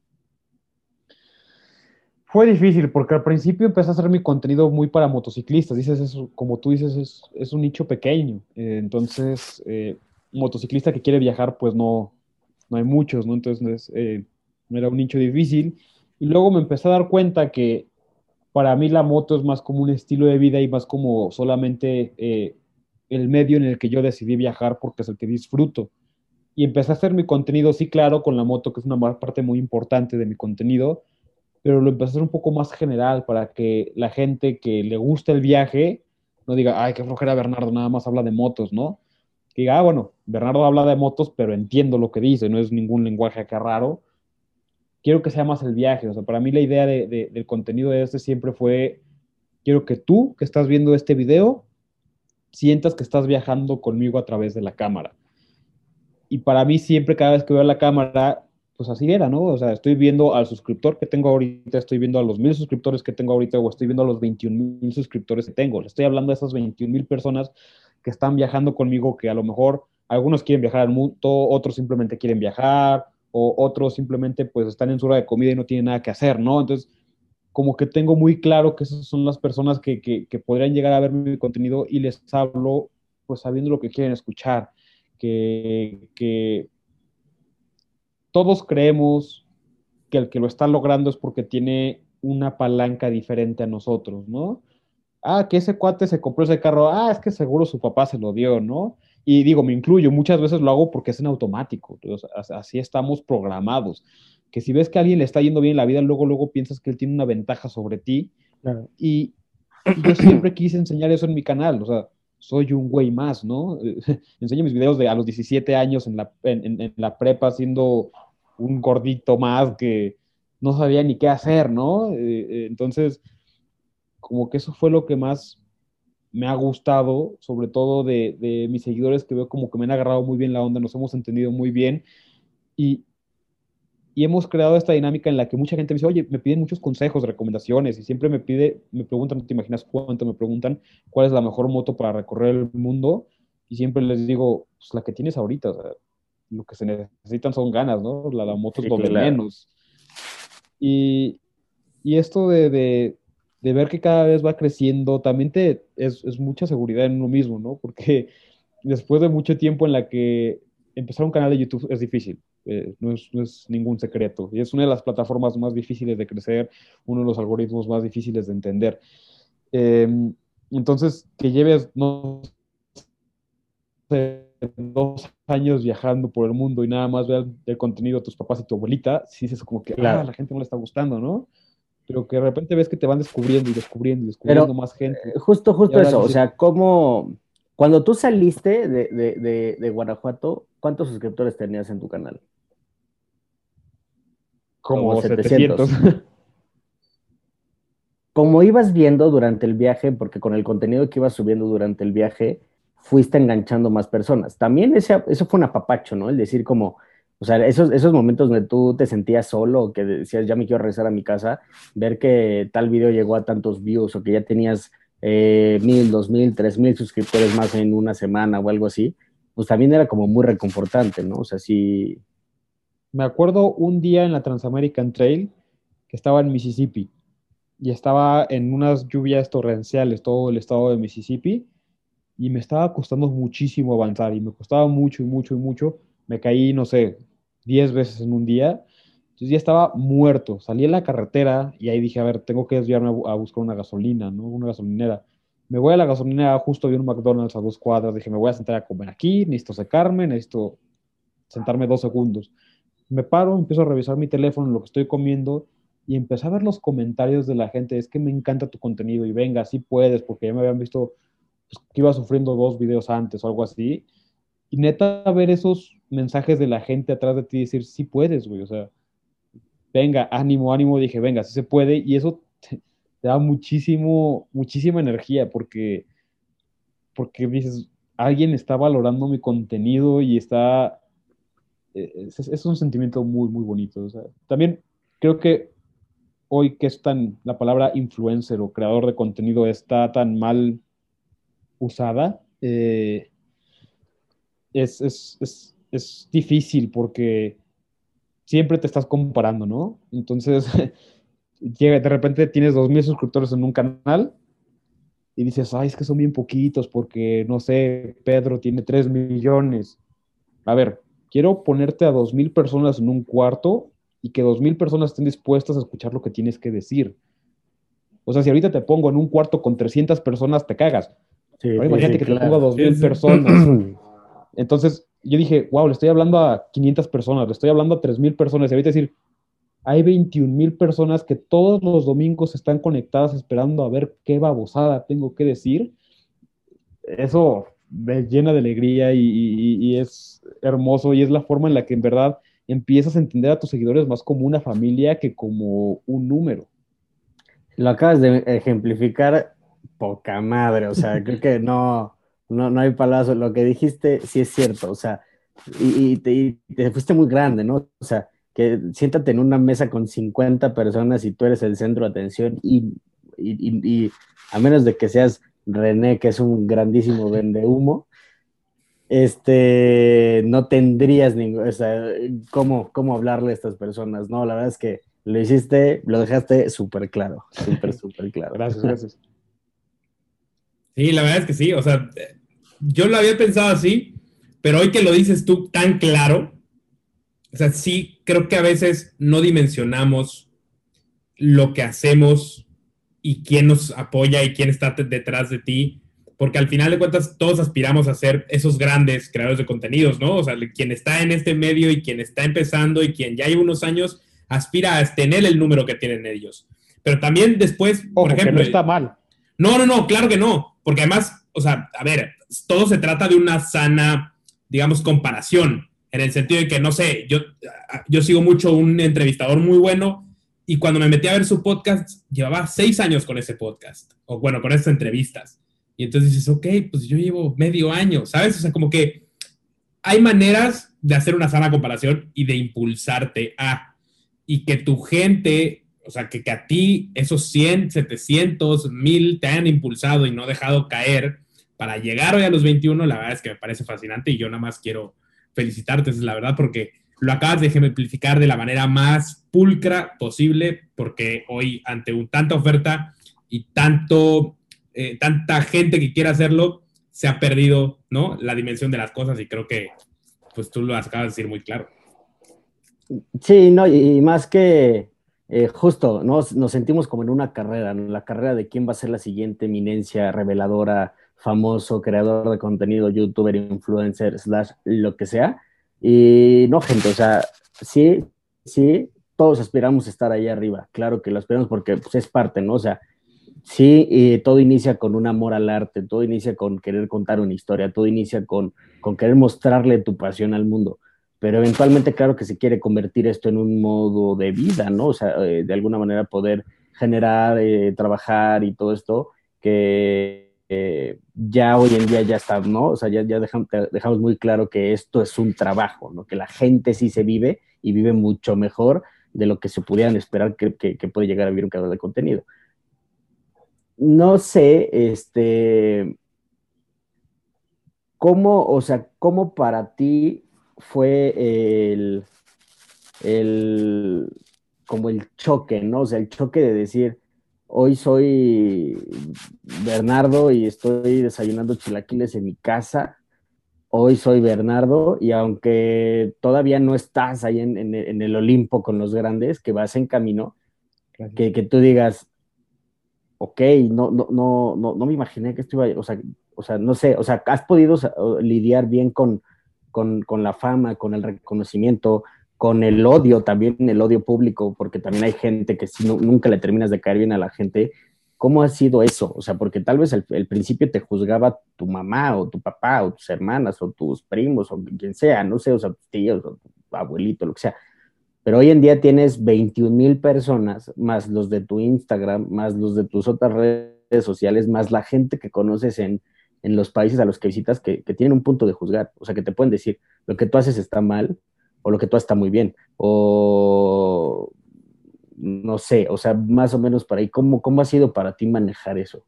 Fue difícil porque al principio empecé a hacer mi contenido muy para motociclistas. Dices, eso, como tú dices, es, es un nicho pequeño. Eh, entonces, eh, un motociclista que quiere viajar, pues no, no hay muchos, ¿no? Entonces, eh, era un nicho difícil. Y luego me empecé a dar cuenta que para mí la moto es más como un estilo de vida y más como solamente eh, el medio en el que yo decidí viajar porque es el que disfruto. Y empecé a hacer mi contenido, sí, claro, con la moto, que es una parte muy importante de mi contenido, pero lo empecé a hacer un poco más general para que la gente que le gusta el viaje no diga, ay, qué flojera Bernardo, nada más habla de motos, ¿no? Que diga, ah, bueno, Bernardo habla de motos, pero entiendo lo que dice, no es ningún lenguaje acá raro. Quiero que sea más el viaje, o sea, para mí la idea de, de, del contenido de este siempre fue, quiero que tú, que estás viendo este video, sientas que estás viajando conmigo a través de la cámara. Y para mí siempre, cada vez que veo la cámara, pues así era, ¿no? O sea, estoy viendo al suscriptor que tengo ahorita, estoy viendo a los mil suscriptores que tengo ahorita, o estoy viendo a los veintiún mil suscriptores que tengo. Le estoy hablando de esas veintiún mil personas que están viajando conmigo, que a lo mejor algunos quieren viajar al mundo, otros simplemente quieren viajar, o otros simplemente pues están en su hora de comida y no tienen nada que hacer, ¿no? Entonces, como que tengo muy claro que esas son las personas que, que, que podrían llegar a ver mi contenido y les hablo pues sabiendo lo que quieren escuchar, que, que todos creemos que el que lo está logrando es porque tiene una palanca diferente a nosotros, ¿no? Ah, que ese cuate se compró ese carro, ah, es que seguro su papá se lo dio, ¿no? Y digo, me incluyo, muchas veces lo hago porque es en automático, o sea, así estamos programados, que si ves que a alguien le está yendo bien en la vida, luego, luego piensas que él tiene una ventaja sobre ti, Claro. y, y yo siempre quise enseñar eso en mi canal, o sea, soy un güey más, ¿no? Enseño mis videos de a los diecisiete años en la, en, en, en la prepa siendo un gordito más que no sabía ni qué hacer, ¿no? Eh, eh, entonces, como que eso fue lo que más me ha gustado, sobre todo de, de, mis seguidores que veo como que me han agarrado muy bien la onda, nos hemos entendido muy bien y, y hemos creado esta dinámica en la que mucha gente me dice, oye, me piden muchos consejos, recomendaciones y siempre me pide, me preguntan, no te imaginas cuánto, me preguntan cuál es la mejor moto para recorrer el mundo y siempre les digo, pues la que tienes ahorita, o sea, lo que se necesitan son ganas, ¿no? La, la moto es Sí, lo de claro. menos. Y, y esto de, de, de, ver que cada vez va creciendo, también te, es, es, mucha seguridad en uno mismo, ¿no? Porque después de mucho tiempo en la que empezar un canal de YouTube es difícil, eh, no, es, no es ningún secreto, y es una de las plataformas más difíciles de crecer, uno de los algoritmos más difíciles de entender. Eh, entonces, que lleves, no sé, dos años viajando por el mundo y nada más veas el contenido de tus papás y tu abuelita, sí es como que, ah, a Claro. la gente no le está gustando, ¿no? Pero que de repente ves que te van descubriendo y descubriendo y descubriendo Pero más gente. eh, justo, Y justo ahora eso, o dices, sea, ¿cómo, cuando tú saliste de, de, de, de Guanajuato, ¿cuántos suscriptores tenías en tu canal? Como como setecientos. setecientos. Como ibas viendo durante el viaje, porque con el contenido que ibas subiendo durante el viaje, fuiste enganchando más personas. También ese, eso fue un apapacho, ¿no? El decir como, o sea, esos, esos momentos donde tú te sentías solo, que decías, ya me quiero regresar a mi casa, ver que tal video llegó a tantos views o que ya tenías eh, mil, dos mil, tres mil suscriptores más en una semana o algo así, pues también era como muy reconfortante, ¿no? O sea, sí, Me acuerdo un día en la Transamerican Trail que estaba en Mississippi y estaba en unas lluvias torrenciales todo el estado de Mississippi y me estaba costando muchísimo avanzar y me costaba mucho y mucho y mucho. Me caí, no sé, diez veces en un día. Entonces ya estaba muerto. Salí en la carretera y ahí dije, a ver, tengo que desviarme a, bu- a buscar una gasolina, ¿no? Una gasolinera. Me voy a la gasolinera, justo vi un McDonald's a dos cuadras. Dije, me voy a sentar a comer aquí, necesito secarme, necesito sentarme dos segundos. Me paro, empiezo a revisar mi teléfono, lo que estoy comiendo, y empecé a ver los comentarios de la gente, es que me encanta tu contenido, y venga, sí puedes, porque ya me habían visto pues, que iba sufriendo dos videos antes o algo así, y neta ver esos mensajes de la gente atrás de ti y decir, sí puedes, güey, o sea, venga, ánimo, ánimo, dije, venga, sí se puede, y eso te, te da muchísimo, muchísima energía, porque, porque dices, alguien está valorando mi contenido y está es, es, un sentimiento muy, muy bonito. O sea, también creo que hoy que es tan, la palabra influencer o creador de contenido está tan mal usada, eh, es, es, es, es difícil porque siempre te estás comparando, ¿no? Entonces, llega, de repente tienes dos mil suscriptores en un canal y dices, ay, es que son bien poquitos porque, no sé, Pedro tiene tres millones. A ver, quiero ponerte a dos mil personas en un cuarto y que dos mil personas estén dispuestas a escuchar lo que tienes que decir. O sea, si ahorita te pongo en un cuarto con trescientas personas, te cagas. sí, Ahora sí, imagínate sí, que te pongo a claro. dos Sí, mil sí. personas. Entonces, yo dije, wow, le estoy hablando a quinientas personas, le estoy hablando a tres mil personas. Y ahorita decir, hay veintiún mil personas que todos los domingos están conectadas esperando a ver qué babosada tengo que decir. Eso me llena de alegría y, y- y es hermoso y es la forma en la que en verdad empiezas a entender a tus seguidores más como una familia que como un número. Lo acabas de ejemplificar poca madre, o sea, creo que no, no, no hay palabras, lo que dijiste sí es cierto, o sea, y, y te, y te fuiste muy grande, ¿no? O sea, que siéntate en una mesa con cincuenta personas y tú eres el centro de atención y, y, y, y a menos de que seas René, que es un grandísimo vendehumo, este, no tendrías ningún, o sea, cómo, cómo hablarle a estas personas, ¿no? La verdad es que Lo hiciste, lo dejaste súper claro, súper, súper claro. Gracias, gracias. Sí, la verdad es que sí, o sea, yo lo había pensado así, pero hoy que lo dices tú tan claro, o sea, sí creo que a veces no dimensionamos lo que hacemos y quién nos apoya y quién está detrás de ti, porque al final de cuentas todos aspiramos a ser esos grandes creadores de contenidos, ¿no? O sea, quien está en este medio y quien está empezando y quien ya lleva unos años aspira a tener el número que tienen ellos. Pero también después, Ojo, por ejemplo... que no está mal. No, no, no, claro que no, porque además, o sea, a ver, todo se trata de una sana, digamos, comparación, en el sentido de que, no sé, yo, yo sigo mucho un entrevistador muy bueno y cuando me metí a ver su podcast, llevaba seis años con ese podcast, o bueno, con esas entrevistas. Y entonces dices, ok, pues yo llevo medio año, ¿sabes? O sea, como que hay maneras de hacer una sana comparación y de impulsarte a, y que tu gente, o sea, que, que a ti esos cien, setecientos, mil te hayan impulsado y no dejado caer para llegar hoy a los veintiuno, la verdad es que me parece fascinante y yo nada más quiero felicitarte, esa es la verdad, porque lo acabas de ejemplificar de la manera más pulcra posible, porque hoy ante un, tanta oferta y tanto, eh, tanta gente que quiera hacerlo, se ha perdido, ¿no?, la dimensión de las cosas y creo que pues tú lo acabas de decir muy claro. Sí, no, y, y más que eh, justo, ¿no? Nos sentimos como en una carrera, ¿no? La carrera de quién va a ser la siguiente eminencia, reveladora, famoso, creador de contenido, youtuber, influencer, slash, lo que sea. Y no, gente, o sea, sí, sí, todos aspiramos a estar ahí arriba, claro que lo aspiramos porque pues, es parte, ¿no? O sea, sí, y todo inicia con un amor al arte, todo inicia con querer contar una historia, todo inicia con, con querer mostrarle tu pasión al mundo, pero eventualmente claro que se quiere convertir esto en un modo de vida, ¿no? O sea, eh, de alguna manera poder generar, eh, trabajar y todo esto que eh, ya hoy en día ya está, ¿no? O sea, ya, ya dejamos, dejamos muy claro que esto es un trabajo, ¿no? Que la gente sí se vive y vive mucho mejor de lo que se pudieran esperar que, que, que puede llegar a vivir un creador de contenido. No sé, este, cómo, o sea, cómo para ti fue el, el, como el choque, ¿no? O sea, el choque de decir, hoy soy Bernardo y estoy desayunando chilaquiles en mi casa, hoy soy Bernardo y aunque todavía no estás ahí en, en, en el Olimpo con los grandes, que vas en camino, que, que tú digas, ok, no, no, no, no, no me imaginé que esto iba, o sea, o sea, no sé, o sea, has podido lidiar bien con, con, con la fama, con el reconocimiento, con el odio también, el odio público, porque también hay gente que si no, nunca le terminas de caer bien a la gente. ¿Cómo ha sido eso? O sea, porque tal vez al, al principio te juzgaba tu mamá o tu papá o tus hermanas o tus primos o quien sea, no sé, o sea, tus tíos o tu abuelito, lo que sea, pero hoy en día tienes veintiún mil personas, más los de tu Instagram, más los de tus otras redes sociales, más la gente que conoces en, en los países a los que visitas que, que tienen un punto de juzgar. O sea, que te pueden decir, lo que tú haces está mal, o lo que tú haces está muy bien, o no sé, o sea, más o menos para ahí. ¿Cómo, cómo ha sido para ti manejar eso?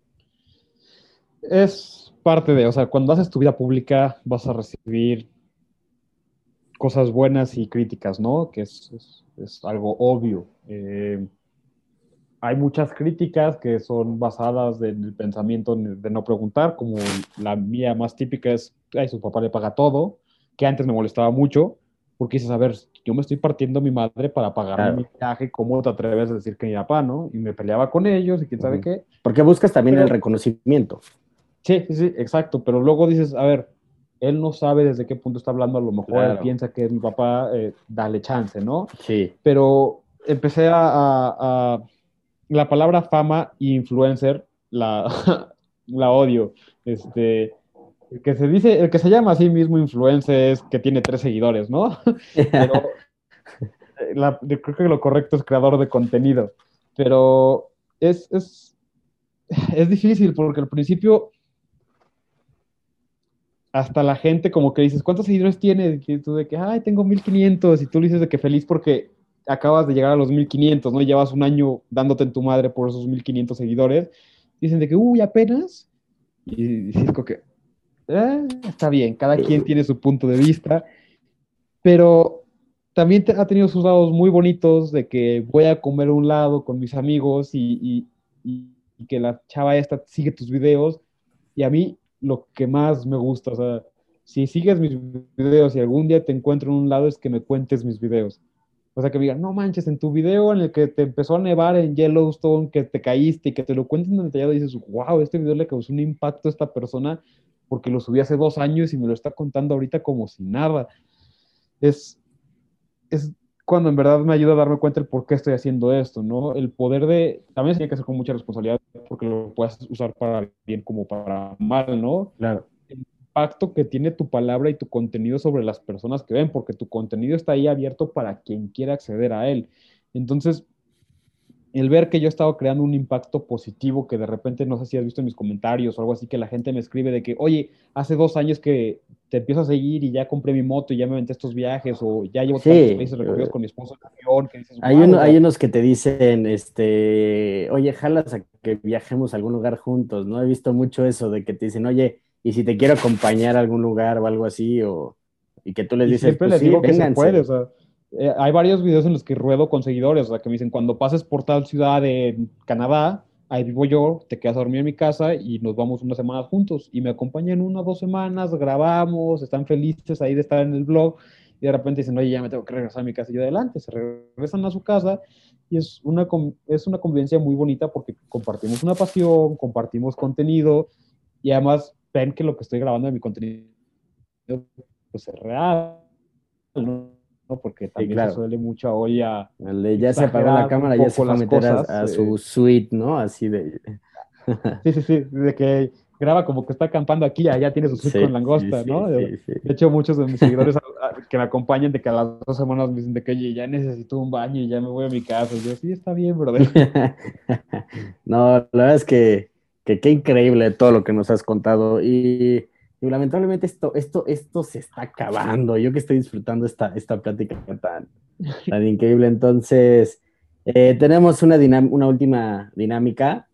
Es parte de, o sea, cuando haces tu vida pública vas a recibir cosas buenas y críticas, ¿no? Que es, es, es algo obvio. Eh, hay muchas críticas que son basadas en el pensamiento de no preguntar, como la mía más típica es, ay, su papá le paga todo, que antes me molestaba mucho, porque dices, a ver, yo me estoy partiendo mi madre para pagarme mi Claro. viaje, ¿cómo te atreves a decir que mi papá, no? Y me peleaba con ellos y quién sabe Uh-huh. qué. Porque buscas también el Pero reconocimiento. sí, sí, sí, exacto, pero luego dices, a ver, él no sabe desde qué punto está hablando, a lo mejor él Claro, piensa que es mi papá, eh, dale chance, ¿no? sí. Pero empecé a, a- a- la palabra fama e influencer, la, la odio. Este, el que se dice, el que se llama a sí mismo influencer es que tiene tres seguidores, ¿no? Pero eh, la- yo creo que lo correcto es creador de contenido, pero es, es, es difícil porque al principio hasta la gente como que dices, ¿cuántos seguidores tienes? Y tú de que, ay, tengo mil quinientos y tú le dices de que feliz porque acabas de llegar a los mil quinientos, ¿no? Y llevas un año dándote en tu madre por esos mil quinientos seguidores. Dicen de que, uy, apenas. Y dices como que, "Ah, está bien, cada quien tiene su punto de vista, pero también te- ha tenido sus lados muy bonitos de que voy a comer a un lado con mis amigos y, y- y- y que la chava esta sigue tus videos. Y a mí lo que más me gusta, o sea, si sigues mis videos y algún día te encuentro en un lado es que me cuentes mis videos. O sea, que me digan, no manches, en tu video en el que te empezó a nevar en Yellowstone, que te caíste y que te lo cuenten detallado, y dices, wow, este video le causó un impacto a esta persona porque lo subí hace dos años y me lo está contando ahorita como si nada. Es, es cuando en verdad me ayuda a darme cuenta el por qué estoy haciendo esto, ¿no? El poder de, también tiene que ser con mucha responsabilidad porque lo puedes usar para bien como para mal, ¿no? Claro. El impacto que tiene tu palabra y tu contenido sobre las personas que ven, porque tu contenido está ahí abierto para quien quiera acceder a él. Entonces, el ver que yo he estado creando un impacto positivo, que de repente, no sé si has visto en mis comentarios o algo así, que la gente me escribe de que, oye, hace dos años que te empiezo a seguir y ya compré mi moto y ya me aventé estos viajes, o ya llevo Sí, tantos países recorridos eh, con mi esposo en avión, que dices, hay, wow, uno, o hay sea, unos que te dicen, este, oye, jalas a que viajemos a algún lugar juntos, ¿no? He visto mucho eso de que te dicen, oye, y si te quiero acompañar a algún lugar o algo así, o, y que tú les y dices, siempre pues les sí, digo que se puede, o vénganse. sea, eh, hay varios videos en los que ruedo con seguidores, o sea, que me dicen, cuando pases por tal ciudad de Canadá, ahí vivo yo, te quedas a dormir en mi casa y nos vamos una semana juntos. Y me acompañan una o dos semanas, grabamos, están felices ahí de estar en el blog, y de repente dicen, oye, ya me tengo que regresar a mi casa. Y yo, adelante, se regresan a su casa, y es una, es una convivencia muy bonita porque compartimos una pasión, compartimos contenido, y además ven que lo que estoy grabando de mi contenido pues es real, ¿no? Porque Sí, también se claro. suele mucho hoy a El de ya se apagó la exagerar un cámara, ya se poco fue a las meter a, cosas. a Eh, su suite, ¿no? Así de... sí, sí, sí, de que graba como que está acampando aquí, allá tiene su suite Sí, con sí, langosta, sí, ¿no? De, sí, sí. de hecho, muchos de mis seguidores a, a, que me acompañan de que a las dos semanas me dicen de que, oye, ya necesito un baño y ya me voy a mi casa. Y yo, sí, está bien, brother. No, la verdad es que, que qué increíble todo lo que nos has contado y, y lamentablemente esto, esto, esto se está acabando. Yo que estoy disfrutando esta, esta plática tan, tan increíble. Entonces, eh, tenemos una, dinam- una última dinámica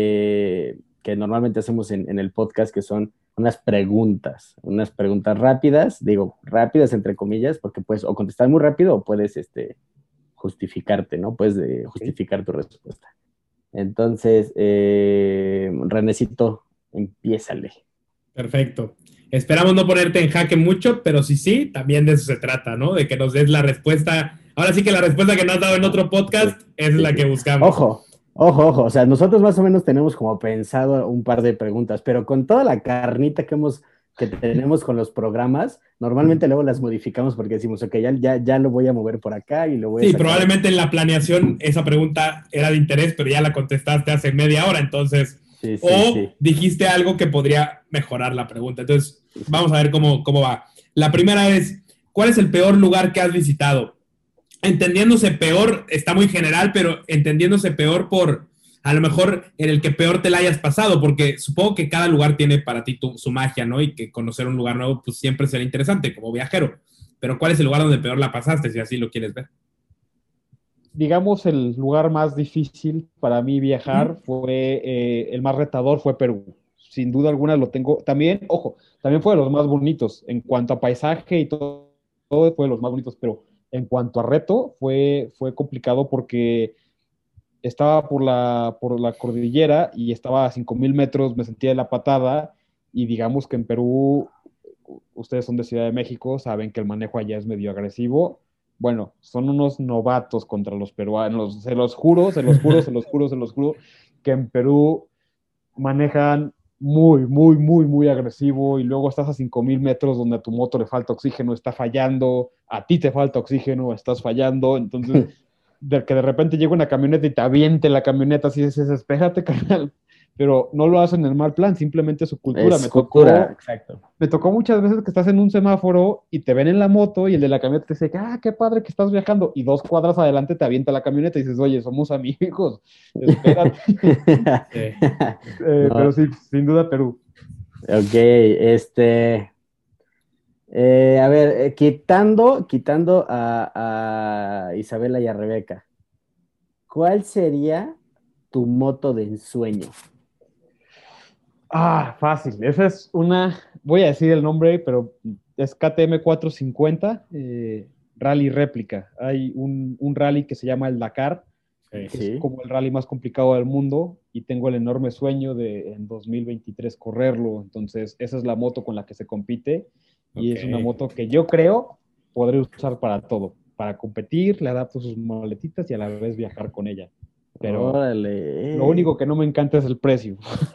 eh, que normalmente hacemos en, en el podcast, que son unas preguntas, unas preguntas rápidas, digo rápidas entre comillas, porque puedes o contestar muy rápido o puedes este, justificarte, ¿no? Puedes eh, Ok. justificar tu respuesta. Entonces, eh, Renecito, empiézale. Perfecto. Esperamos no ponerte en jaque mucho, pero si sí, también de eso se trata, ¿no? De que nos des la respuesta. Ahora sí que la respuesta que nos has dado en otro Sí, podcast es sí, la sí. que buscamos. Ojo, ojo, ojo. O sea, nosotros más o menos tenemos como pensado un par de preguntas, pero con toda la carnita que hemos, que tenemos con los programas, normalmente luego las modificamos porque decimos, ok, ya, ya, ya lo voy a mover por acá y lo voy a Sí, sacar así. probablemente en la planeación esa pregunta era de interés, pero ya la contestaste hace media hora, entonces, Sí, sí, o sí. dijiste algo que podría mejorar la pregunta. Entonces, vamos a ver cómo, cómo va. La primera es, ¿cuál es el peor lugar que has visitado? Entendiéndose peor, está muy general, pero entendiéndose peor por a lo mejor en el que peor te la hayas pasado, porque supongo que cada lugar tiene para ti tu, su magia, ¿no? Y que conocer un lugar nuevo, pues siempre será interesante como viajero. Pero ¿cuál es el lugar donde peor la pasaste, si así lo quieres ver? Digamos, el lugar más difícil para mí ¿Mm? viajar fue, eh, el más retador fue Perú. Sin duda alguna lo tengo. También, ojo, también fue de los más bonitos. En cuanto a paisaje y todo, todo fue de los más bonitos, pero en cuanto a reto, fue, fue complicado porque estaba por la, por la cordillera y estaba a cinco mil metros, me sentía de la patada y digamos que en Perú, ustedes son de Ciudad de México, saben que el manejo allá es medio agresivo. Bueno, son unos novatos contra los peruanos, se los juro, se los juro, se los juro, se los juro, que en Perú manejan muy, muy, muy, muy agresivo y luego estás a cinco mil metros donde a tu moto le falta oxígeno, está fallando, a ti te falta oxígeno, estás fallando, entonces de que de repente llega una camioneta y te aviente la camioneta, así dices, espérate, carnal, pero no lo hacen en el mal plan, simplemente su cultura. Es Me cultura, tocó, exacto. me tocó muchas veces que estás en un semáforo y te ven en la moto y el de la camioneta te dice, ah, qué padre que estás viajando, y dos cuadras adelante te avienta la camioneta y dices, oye, somos amigos, espérate. Sí. Eh, No, pero sí, sin duda Perú. ok, este, eh, a ver, eh, quitando, quitando a, a Isabela y a Rebeca, ¿cuál sería tu moto de ensueño? Ah, fácil. Esa es una, voy a decir el nombre, pero es K T M cuatrocientos cincuenta. Eh, rally réplica. Hay un, un rally que se llama el Dakar, Sí. que Sí. es como el rally más complicado del mundo, y tengo el enorme sueño de en dos mil veintitrés correrlo. Entonces, esa es la moto con la que se compite, y Ok. es una moto que yo creo podré usar para todo. Para competir, le adapto sus maletitas y a la vez viajar con ella. Pero Órale. lo único que no me encanta es el precio.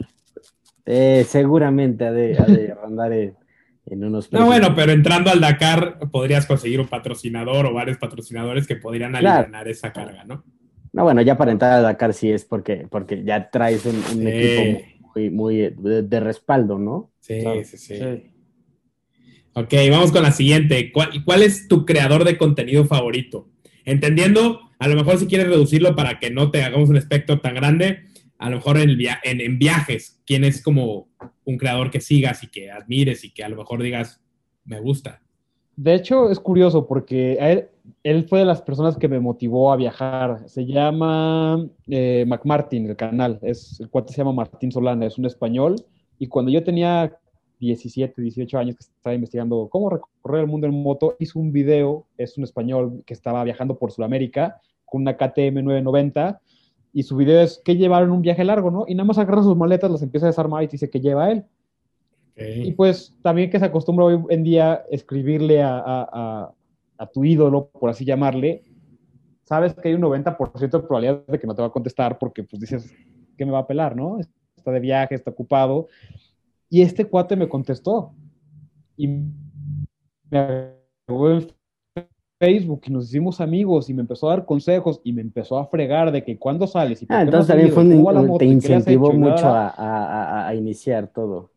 Eh, seguramente ha de, ha de rondar en, en unos No, precios. bueno, pero entrando al Dakar podrías conseguir un patrocinador o varios patrocinadores que podrían Claro. aliviar esa carga, ¿no? No, bueno, ya para entrar a Dakar sí es porque, porque ya traes un, un Sí. equipo muy, muy de, de respaldo, ¿no? Sí, Claro. sí, sí, Sí. Ok, vamos con la siguiente. ¿Cuál, ¿Cuál es tu creador de contenido favorito? Entendiendo, a lo mejor si quieres reducirlo para que no te hagamos un espectro tan grande, a lo mejor en, el via en, en viajes, ¿quién es como un creador que sigas y que admires y que a lo mejor digas, me gusta? De hecho, es curioso porque a él, él fue de las personas que me motivó a viajar. Se llama eh, McMartin, el canal. Es, el cuate se llama Martín Solana, es un español. Y cuando yo tenía diecisiete, dieciocho años, que estaba investigando cómo recorrer el mundo en moto, hizo un video, es un español que estaba viajando por Sudamérica con una K T M nueve noventa. Y su video es que llevaron un viaje largo, ¿no? Y nada más agarra sus maletas, las empieza a desarmar y te dice que lleva él. Y Okay. pues también que se acostumbra hoy en día escribirle a, a, a, a tu ídolo, por así llamarle, sabes que hay un noventa por ciento de probabilidad de que no te va a contestar porque pues dices, ¿qué me va a pelar, no? Está de viaje, está ocupado. Y este cuate me contestó y me agregó en Facebook y nos hicimos amigos y me empezó a dar consejos y me empezó a fregar de que cuándo sales y Ah, por qué no has entonces también salido fue y cómo va la un, te moto y qué le has incentivó hecho y bla, bla, mucho bla. a, a, a, a iniciar todo.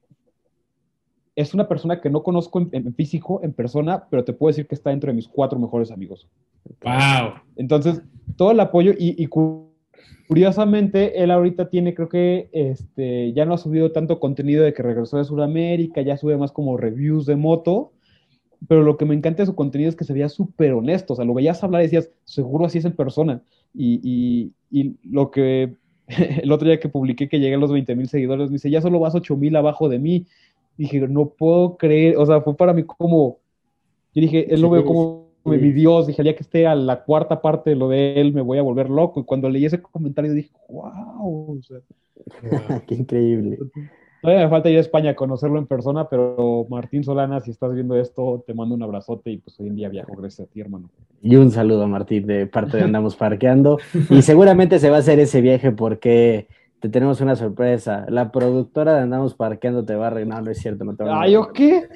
Es una persona que no conozco en, en, físico, en persona, pero te puedo decir que está dentro de mis cuatro mejores amigos. Wow. Entonces, todo el apoyo y, y curiosamente, él ahorita tiene, creo que este, ya no ha subido tanto contenido de que regresó de Sudamérica, ya sube más como reviews de moto, pero lo que me encanta de su contenido es que se veía súper honesto, o sea, lo veías hablar y decías, seguro así es en persona. Y, y, y lo que el otro día que publiqué que llegué a los veinte mil seguidores, me dice, ya solo vas ocho mil abajo de mí. Dije, no puedo creer, o sea, fue para mí como, yo dije, él Sí, lo veo como sí. mi Dios, dije, el día que esté a la cuarta parte de lo de él, me voy a volver loco. Y cuando leí ese comentario dije, wow, o sea, Wow. Qué increíble. todavía me falta ir a España a conocerlo en persona, pero Martín Solana, si estás viendo esto, te mando un abrazote y pues hoy en día viajo gracias a ti, hermano. Y un saludo a Martín de parte de Andamos Parqueando. Y seguramente se va a hacer ese viaje porque te tenemos una sorpresa. La productora de Andamos Parqueando te va a arreglar. No, no es cierto, no te van a Ay, ¿o qué?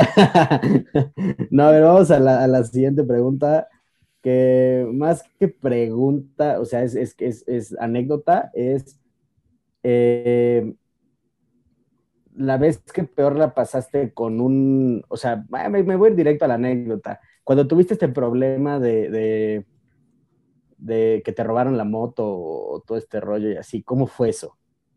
No, a ver, vamos a la, a la siguiente pregunta. Que más que pregunta, o sea, es, es, es, es anécdota, es eh, la vez que peor la pasaste con un, o sea, me, me voy a ir directo a la anécdota. Cuando tuviste este problema de, de, de que te robaron la moto o todo este rollo y así, ¿cómo fue eso?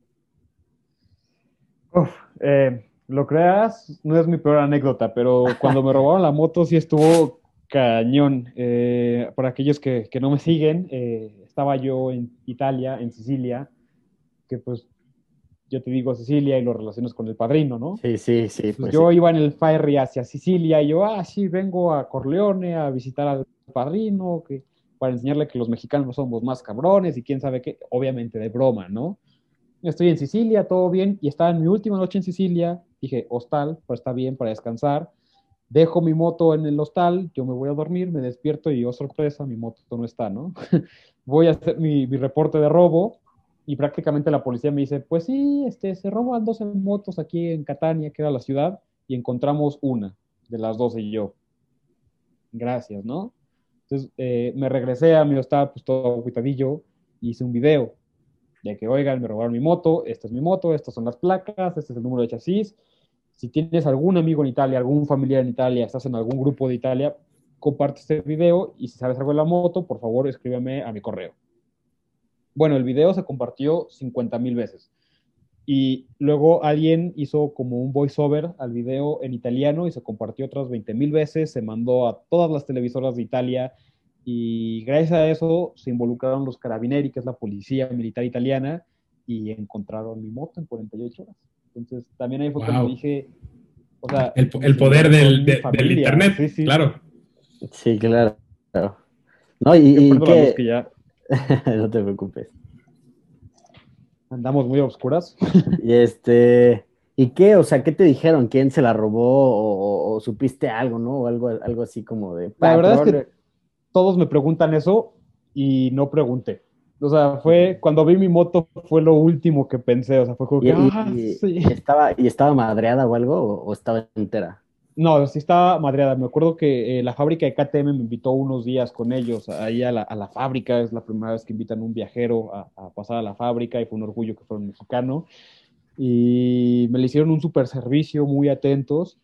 Uf, eh, lo creas, no es mi peor anécdota, pero cuando me robaron la moto sí estuvo cañón. Eh, para aquellos que, que no me siguen, eh, estaba yo en Italia, en Sicilia, que pues yo te digo Sicilia y lo relacionas con el padrino, ¿no? Sí, sí, sí, Pues pues sí. yo iba en el ferry hacia Sicilia y yo, ah, sí, vengo a Corleone a visitar al padrino, que, para enseñarle que los mexicanos somos más cabrones y quién sabe qué, obviamente de broma, ¿no? Estoy en Sicilia, todo bien, y estaba en mi última noche en Sicilia, dije, hostal, pues está bien para descansar, dejo mi moto en el hostal, yo me voy a dormir, me despierto y, oh sorpresa, mi moto no está, ¿no? Voy a hacer mi, mi reporte de robo y prácticamente la policía me dice, pues sí, este, se roban doce motos aquí en Catania, que era la ciudad, y encontramos una de las doce y yo. Gracias, ¿no? Entonces eh, me regresé a mi hostal, pues todo agüitadillo, y hice un video de que, oigan, me robaron mi moto, esta es mi moto, estas son las placas, este es el número de chasis. Si tienes algún amigo en Italia, algún familiar en Italia, estás en algún grupo de Italia, comparte este video y si sabes algo de la moto, por favor, escríbeme a mi correo. Bueno, el video se compartió cincuenta mil veces. Y luego alguien hizo como un voiceover al video en italiano y se compartió otras veinte mil veces, se mandó a todas las televisoras de Italia y gracias a eso se involucraron los carabinieri, que es la policía militar italiana, y encontraron mi moto en cuarenta y ocho horas. Entonces también ahí fue wow. Cuando dije, o sea, el, el poder del, mi de, del familia. internet, sí, sí. claro. Sí, claro. No, y, y Perdón, la luz qué... que ya No te preocupes. andamos muy a oscuras. Y este, ¿y qué? O sea, ¿qué te dijeron? ¿Quién se la robó? O, o- o supiste algo, ¿no? O algo, algo así como de La verdad es patrón. que todos me preguntan eso y no pregunté. O sea, Ujú. fue cuando vi mi moto fue lo último que pensé. O sea, fue como ¿Y, que, y- ah, y- sí. y estaba, y estaba madreada o algo? ¿O, o estaba entera? No, sí estaba madreada. Me acuerdo que eh, la fábrica de K T M me invitó unos días con ellos ahí a la, a la fábrica. Es la primera vez que invitan a un viajero a, a pasar a la fábrica y fue un orgullo que fuera un mexicano. Y me le hicieron un super servicio, muy atentos,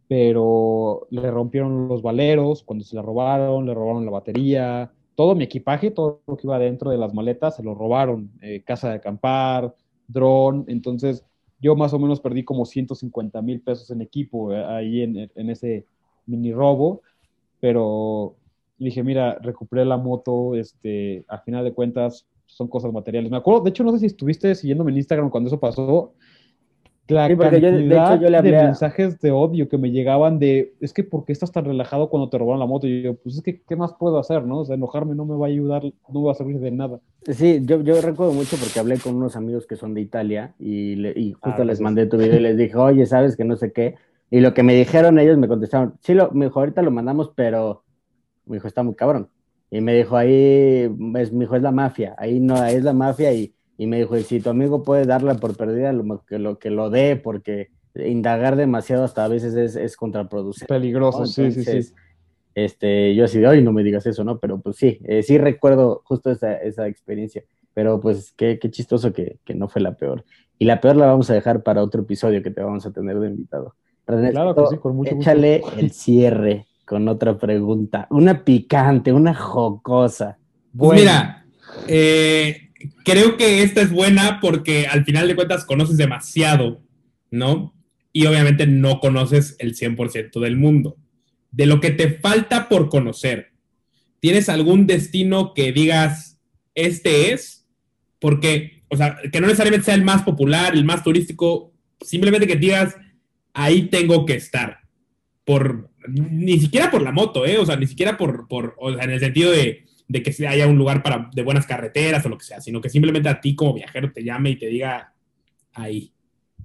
pero le rompieron los valeros cuando se la robaron, le robaron la batería, todo mi equipaje, todo lo que iba dentro de las maletas, se lo robaron, eh, casa de acampar, dron, entonces yo más o menos perdí como ciento cincuenta mil pesos en equipo eh, ahí en, en ese mini robo, pero dije, mira, recuperé la moto, este, al final de cuentas son cosas materiales. Me acuerdo, de hecho, no sé si estuviste siguiéndome en Instagram cuando eso pasó, Sí, la porque yo, de hecho, cantidad yo le de hablé a... mensajes de odio que me llegaban de, es que ¿por qué estás tan relajado cuando te robaron la moto? Y yo, pues es que, ¿qué más puedo hacer, no? O sea, enojarme no me va a ayudar, no me va a servir de nada. Sí, yo, yo recuerdo mucho porque hablé con unos amigos que son de Italia y, le- y Ah, justo les gracias. mandé tu video y les dije, oye, ¿sabes que no sé qué? Y lo que me dijeron ellos me contestaron, sí, lo, me dijo, ahorita lo mandamos, pero me dijo, está muy cabrón. Y me dijo, ahí, es, me dijo, es la mafia, ahí no, ahí es la mafia y, y me dijo, y si tu amigo puede darla por perdida, lo que lo, que lo dé, porque indagar demasiado hasta a veces es, es contraproducente, ¿no? Peligroso, sí, sí, sí. Entonces, este, yo así de, ay, no me digas eso, ¿no? Pero pues sí, eh, sí recuerdo justo esa, esa experiencia, pero pues qué, qué chistoso que, que no fue la peor. Y la peor la vamos a dejar para otro episodio que te vamos a tener de invitado. Claro que sí, Ernesto, con mucho gusto. échale el cierre con otra pregunta, una picante, una jocosa. Pues Bueno, mira, eh, creo que esta es buena porque al final de cuentas conoces demasiado, ¿no? Y obviamente no conoces el cien por ciento del mundo. De lo que te falta por conocer, ¿tienes algún destino que digas, este es? Porque, o sea, que no necesariamente sea el más popular, el más turístico, simplemente que digas, ahí tengo que estar. Por, ni siquiera por la moto, ¿eh? O sea, ni siquiera por, por o sea, en el sentido de, de que haya un lugar para, de buenas carreteras o lo que sea, sino que simplemente a ti como viajero te llame y te diga ahí.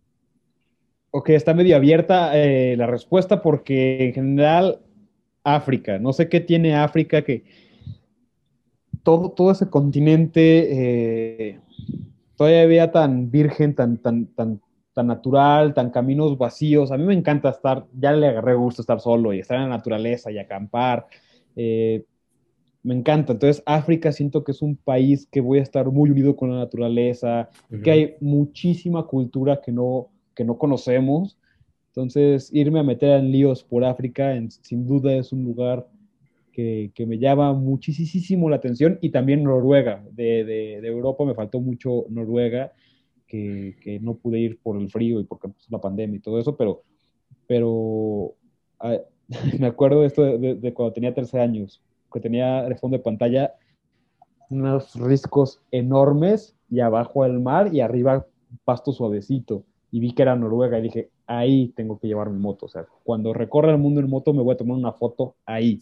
ok, está medio abierta eh, la respuesta porque en general África, no sé qué tiene África que todo, todo ese continente eh, todavía tan virgen, tan, tan, tan, tan natural, tan caminos vacíos. A mí me encanta estar, ya le agarré gusto estar solo y estar en la naturaleza y acampar. Eh, me encanta. Entonces, África siento que es un país que voy a estar muy unido con la naturaleza, Uh que -huh. hay muchísima cultura que no, que no conocemos. Entonces, irme a meter en líos por África, en, sin duda es un lugar que, que, me llama muchísimo la atención, y también Noruega, de, de, de Europa me faltó mucho Noruega, que, que, no pude ir por el frío y porque pues, la pandemia y todo eso, pero, pero a, me acuerdo de esto de, de, de cuando tenía trece años, que tenía de fondo de pantalla unos riscos enormes y abajo el mar y arriba pasto suavecito, y vi que era Noruega y dije, ahí tengo que llevar mi moto, o sea, cuando recorra el mundo en moto me voy a tomar una foto ahí.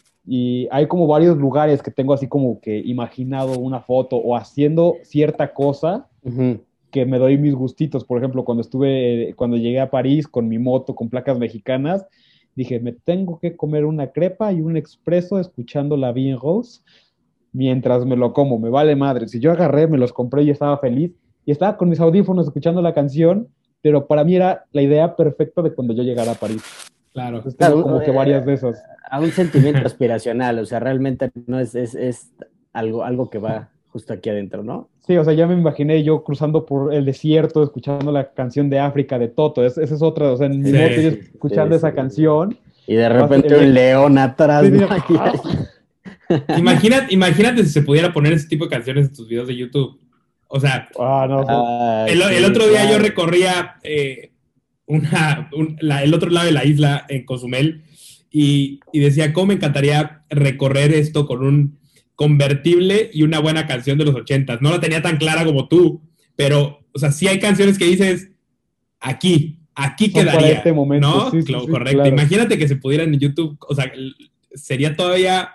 Y hay como varios lugares que tengo así como que imaginado una foto o haciendo cierta cosa Uh -huh. que me doy mis gustitos. Por ejemplo, cuando estuve, cuando llegué a París con mi moto con placas mexicanas, dije, me tengo que comer una crepa y un expreso escuchando la Bien Rose mientras me lo como, me vale madre. Si yo agarré, me los compré y estaba feliz y estaba con mis audífonos escuchando la canción, pero para mí era la idea perfecta de cuando yo llegara a París. Claro. Entonces tengo Claro, como que eh, varias de esas. a un sentimiento aspiracional, o sea, realmente no es, es, es algo, algo que va justo aquí adentro, ¿no? Sí, o sea, ya me imaginé yo cruzando por el desierto, escuchando la canción de África de Toto. Es, esa es otra, o sea, en mi Sí, moto yo Sí. escuchando sí, esa sí. canción. Y de Vas, repente el, un león atrás, sí, ¿no? sí, ah, Imagínate, imagínate si se pudiera poner ese tipo de canciones en tus videos de YouTube. O sea, ah, no, sí. Ay, el, el sí, otro día yo claro. recorría eh, una, un, la, el otro lado de la isla en Cozumel y, y decía, ¿cómo me encantaría recorrer esto con un convertible y una buena canción de los ochentas? No la tenía tan clara como tú, pero, o sea, sí hay canciones que dices, aquí, aquí Son para este quedaría, momento, ¿no? sí, sí, Claro, sí, correcto. claro. Imagínate que se pudieran en YouTube, o sea, sería todavía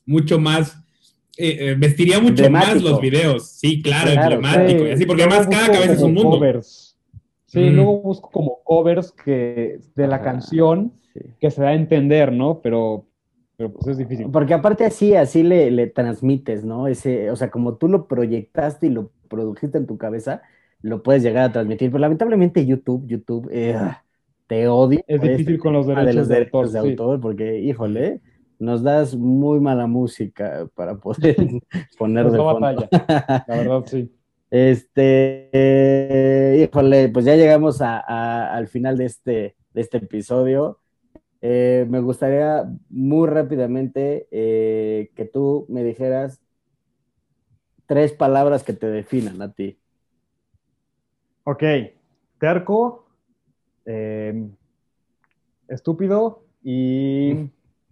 mucho más, eh, eh, vestiría mucho más los videos. Sí, claro, Claro, emblemático. Sí, y así, porque luego además cada busco cabeza es un como mundo. covers. Sí, Mm. luego busco como covers que, de la Ajá, canción sí. que se da a entender, ¿no? Pero, pero pues es difícil. Porque aparte así, así le, le transmites, ¿no? Ese, o sea, como tú lo proyectaste y lo produjiste en tu cabeza, lo puedes llegar a transmitir. Pero lamentablemente YouTube, YouTube, eh, te odio Es por este difícil con los tema de los derechos de derechos autor, de sí. autor, porque, Sí. híjole, nos das muy mala música para poder poner Nos de da fondo. batalla, la verdad, sí. Este, eh, híjole, pues ya llegamos a- a- al final de este, de este episodio. Eh, me gustaría muy rápidamente eh, que tú me dijeras tres palabras que te definan a ti. Ok, terco, eh, estúpido y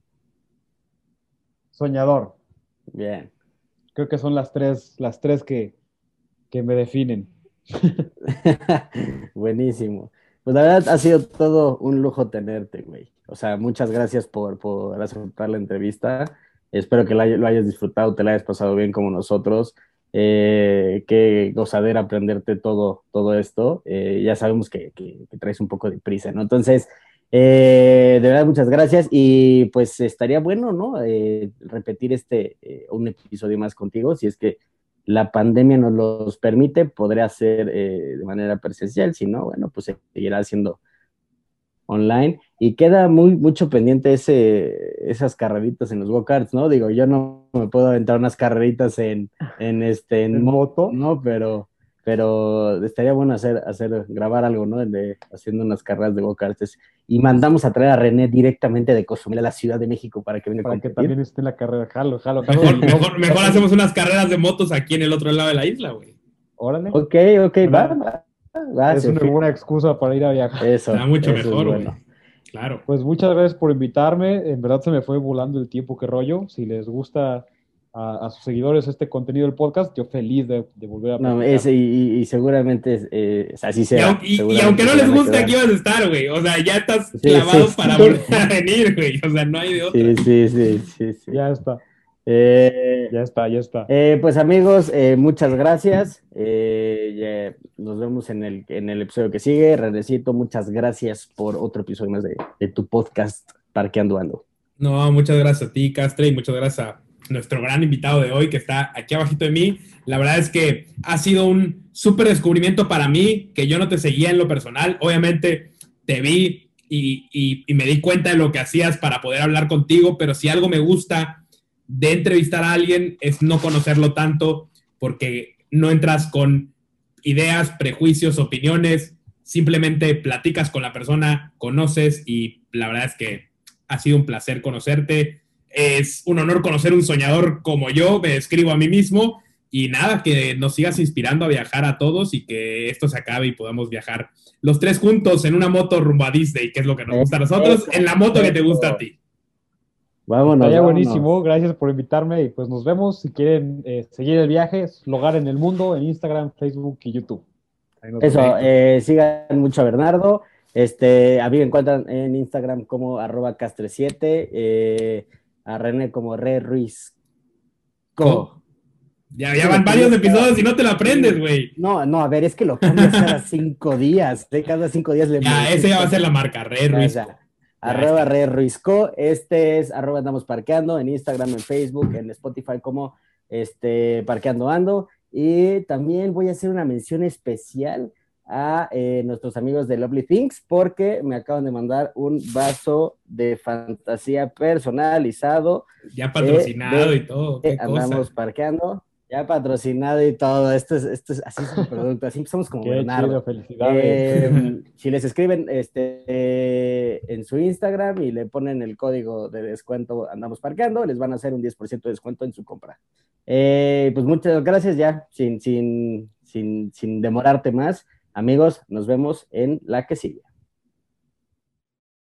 soñador. Bien. Creo que son las tres, las tres que, que me definen. Buenísimo. Pues la verdad ha sido todo un lujo tenerte, güey. O sea, muchas gracias por, por aceptar la entrevista. Espero que la- lo hayas disfrutado, te la hayas pasado bien como nosotros. Eh, qué gozadera aprenderte todo, todo esto. Eh, ya sabemos que, que- que traes un poco de prisa, ¿no? Entonces, eh, de verdad, muchas gracias. Y pues estaría bueno, ¿no? Eh, repetir este, eh, un episodio más contigo, si es que la pandemia nos los permite, podría ser eh, de manera presencial, si no, bueno, pues se seguirá haciendo online. Y queda muy mucho pendiente ese, esas carreritas en los go-karts, ¿no? Digo, yo no me puedo aventar unas carreritas en, en este, en ¿En moto, moto? ¿no? Pero, pero estaría bueno hacer, hacer, grabar algo, ¿no? De, haciendo unas carreras de go-karts. Y mandamos a traer a René directamente de Cozumel a la Ciudad de México para que venga a Para que competir. también esté en la carrera. Jalo, jalo, jalo. Mejor, Y no, mejor, mejor no- hacemos unas carreras de motos aquí en el otro lado de la isla, güey. Órale. Ok, ok, va, Suena- va, va, es se una firma. buena excusa para ir a viajar. Está Eso, mucho eso es mejor, güey. bueno. Claro. Pues muchas gracias por invitarme. En verdad se me fue volando el tiempo, qué rollo. Si les gusta a, a sus seguidores este contenido del podcast, yo feliz de, de volver a No, platicar. ese, y, y- y seguramente es, eh, así Y, será. au- y- y aunque Seguramente no se les van a guste, aquí quedar. vas a estar, güey. O sea, ya estás Sí, sí, clavado sí. para volver a venir, güey. O sea, no hay de otra. Sí, sí, sí, sí, sí. Ya está, Eh, ya está, ya está. eh, pues amigos, eh, muchas gracias. Eh, ya nos vemos en el, en el episodio que sigue. Renecito, muchas gracias por otro episodio más de, de tu podcast Parqueando Ando. No, muchas gracias a ti, Castre, y muchas gracias a nuestro gran invitado de hoy que está aquí abajito de mí. La verdad es que ha sido un súper descubrimiento para mí, que yo no te seguía en lo personal. Obviamente te vi y, y, y me di cuenta de lo que hacías para poder hablar contigo, pero si algo me gusta de entrevistar a alguien es no conocerlo tanto, porque no entras con ideas, prejuicios, opiniones, simplemente platicas con la persona, conoces, y la verdad es que ha sido un placer conocerte. Es un honor conocer un soñador como yo, me describo a mí mismo, y nada, que nos sigas inspirando a viajar a todos y que esto se acabe y podamos viajar los tres juntos en una moto rumbo a Disney, que es lo que nos gusta a nosotros, Eso, en la moto que te gusta a eso. ti. Vámonos, Estaría vámonos. buenísimo. Gracias por invitarme y pues nos vemos. Si quieren eh, seguir el viaje, es Logar en el Mundo en Instagram, Facebook y YouTube. Ahí nos Eso, vemos. eh, sigan mucho a Bernardo. Este, a mí me encuentran en Instagram como arroba castre siete, eh, a René como Re Ruiz Co. Ya, Es ya que lo van varios cambias cada- episodios y no te lo aprendes, güey. No, no, a ver, es que lo cambias cada cinco días. ¿eh? Cada cinco días le Ya, ese ya va a modificas. ser la marca, Re Ya, Ruiz. ya. Ya Arroba está. Re Ruizco. Este es arroba andamos parqueando en Instagram, en Facebook, en Spotify como este, Parqueando Ando. Y también voy a hacer una mención especial a eh, nuestros amigos de Lovely Things porque me acaban de mandar un vaso de fantasía personalizado Ya eh, patrocinado de y todo, eh, qué Andamos cosa. Parqueando. Ya patrocinado y todo. Esto es, esto es, así es el producto. Así somos como Qué chido, Bernardo. felicidades. Eh, si les escriben este, eh, en su Instagram y le ponen el código de descuento Andamos Parqueando, les van a hacer un diez por ciento de descuento en su compra. Eh, pues muchas gracias ya, sin, sin, sin, sin demorarte más. Amigos, nos vemos en la que sigue.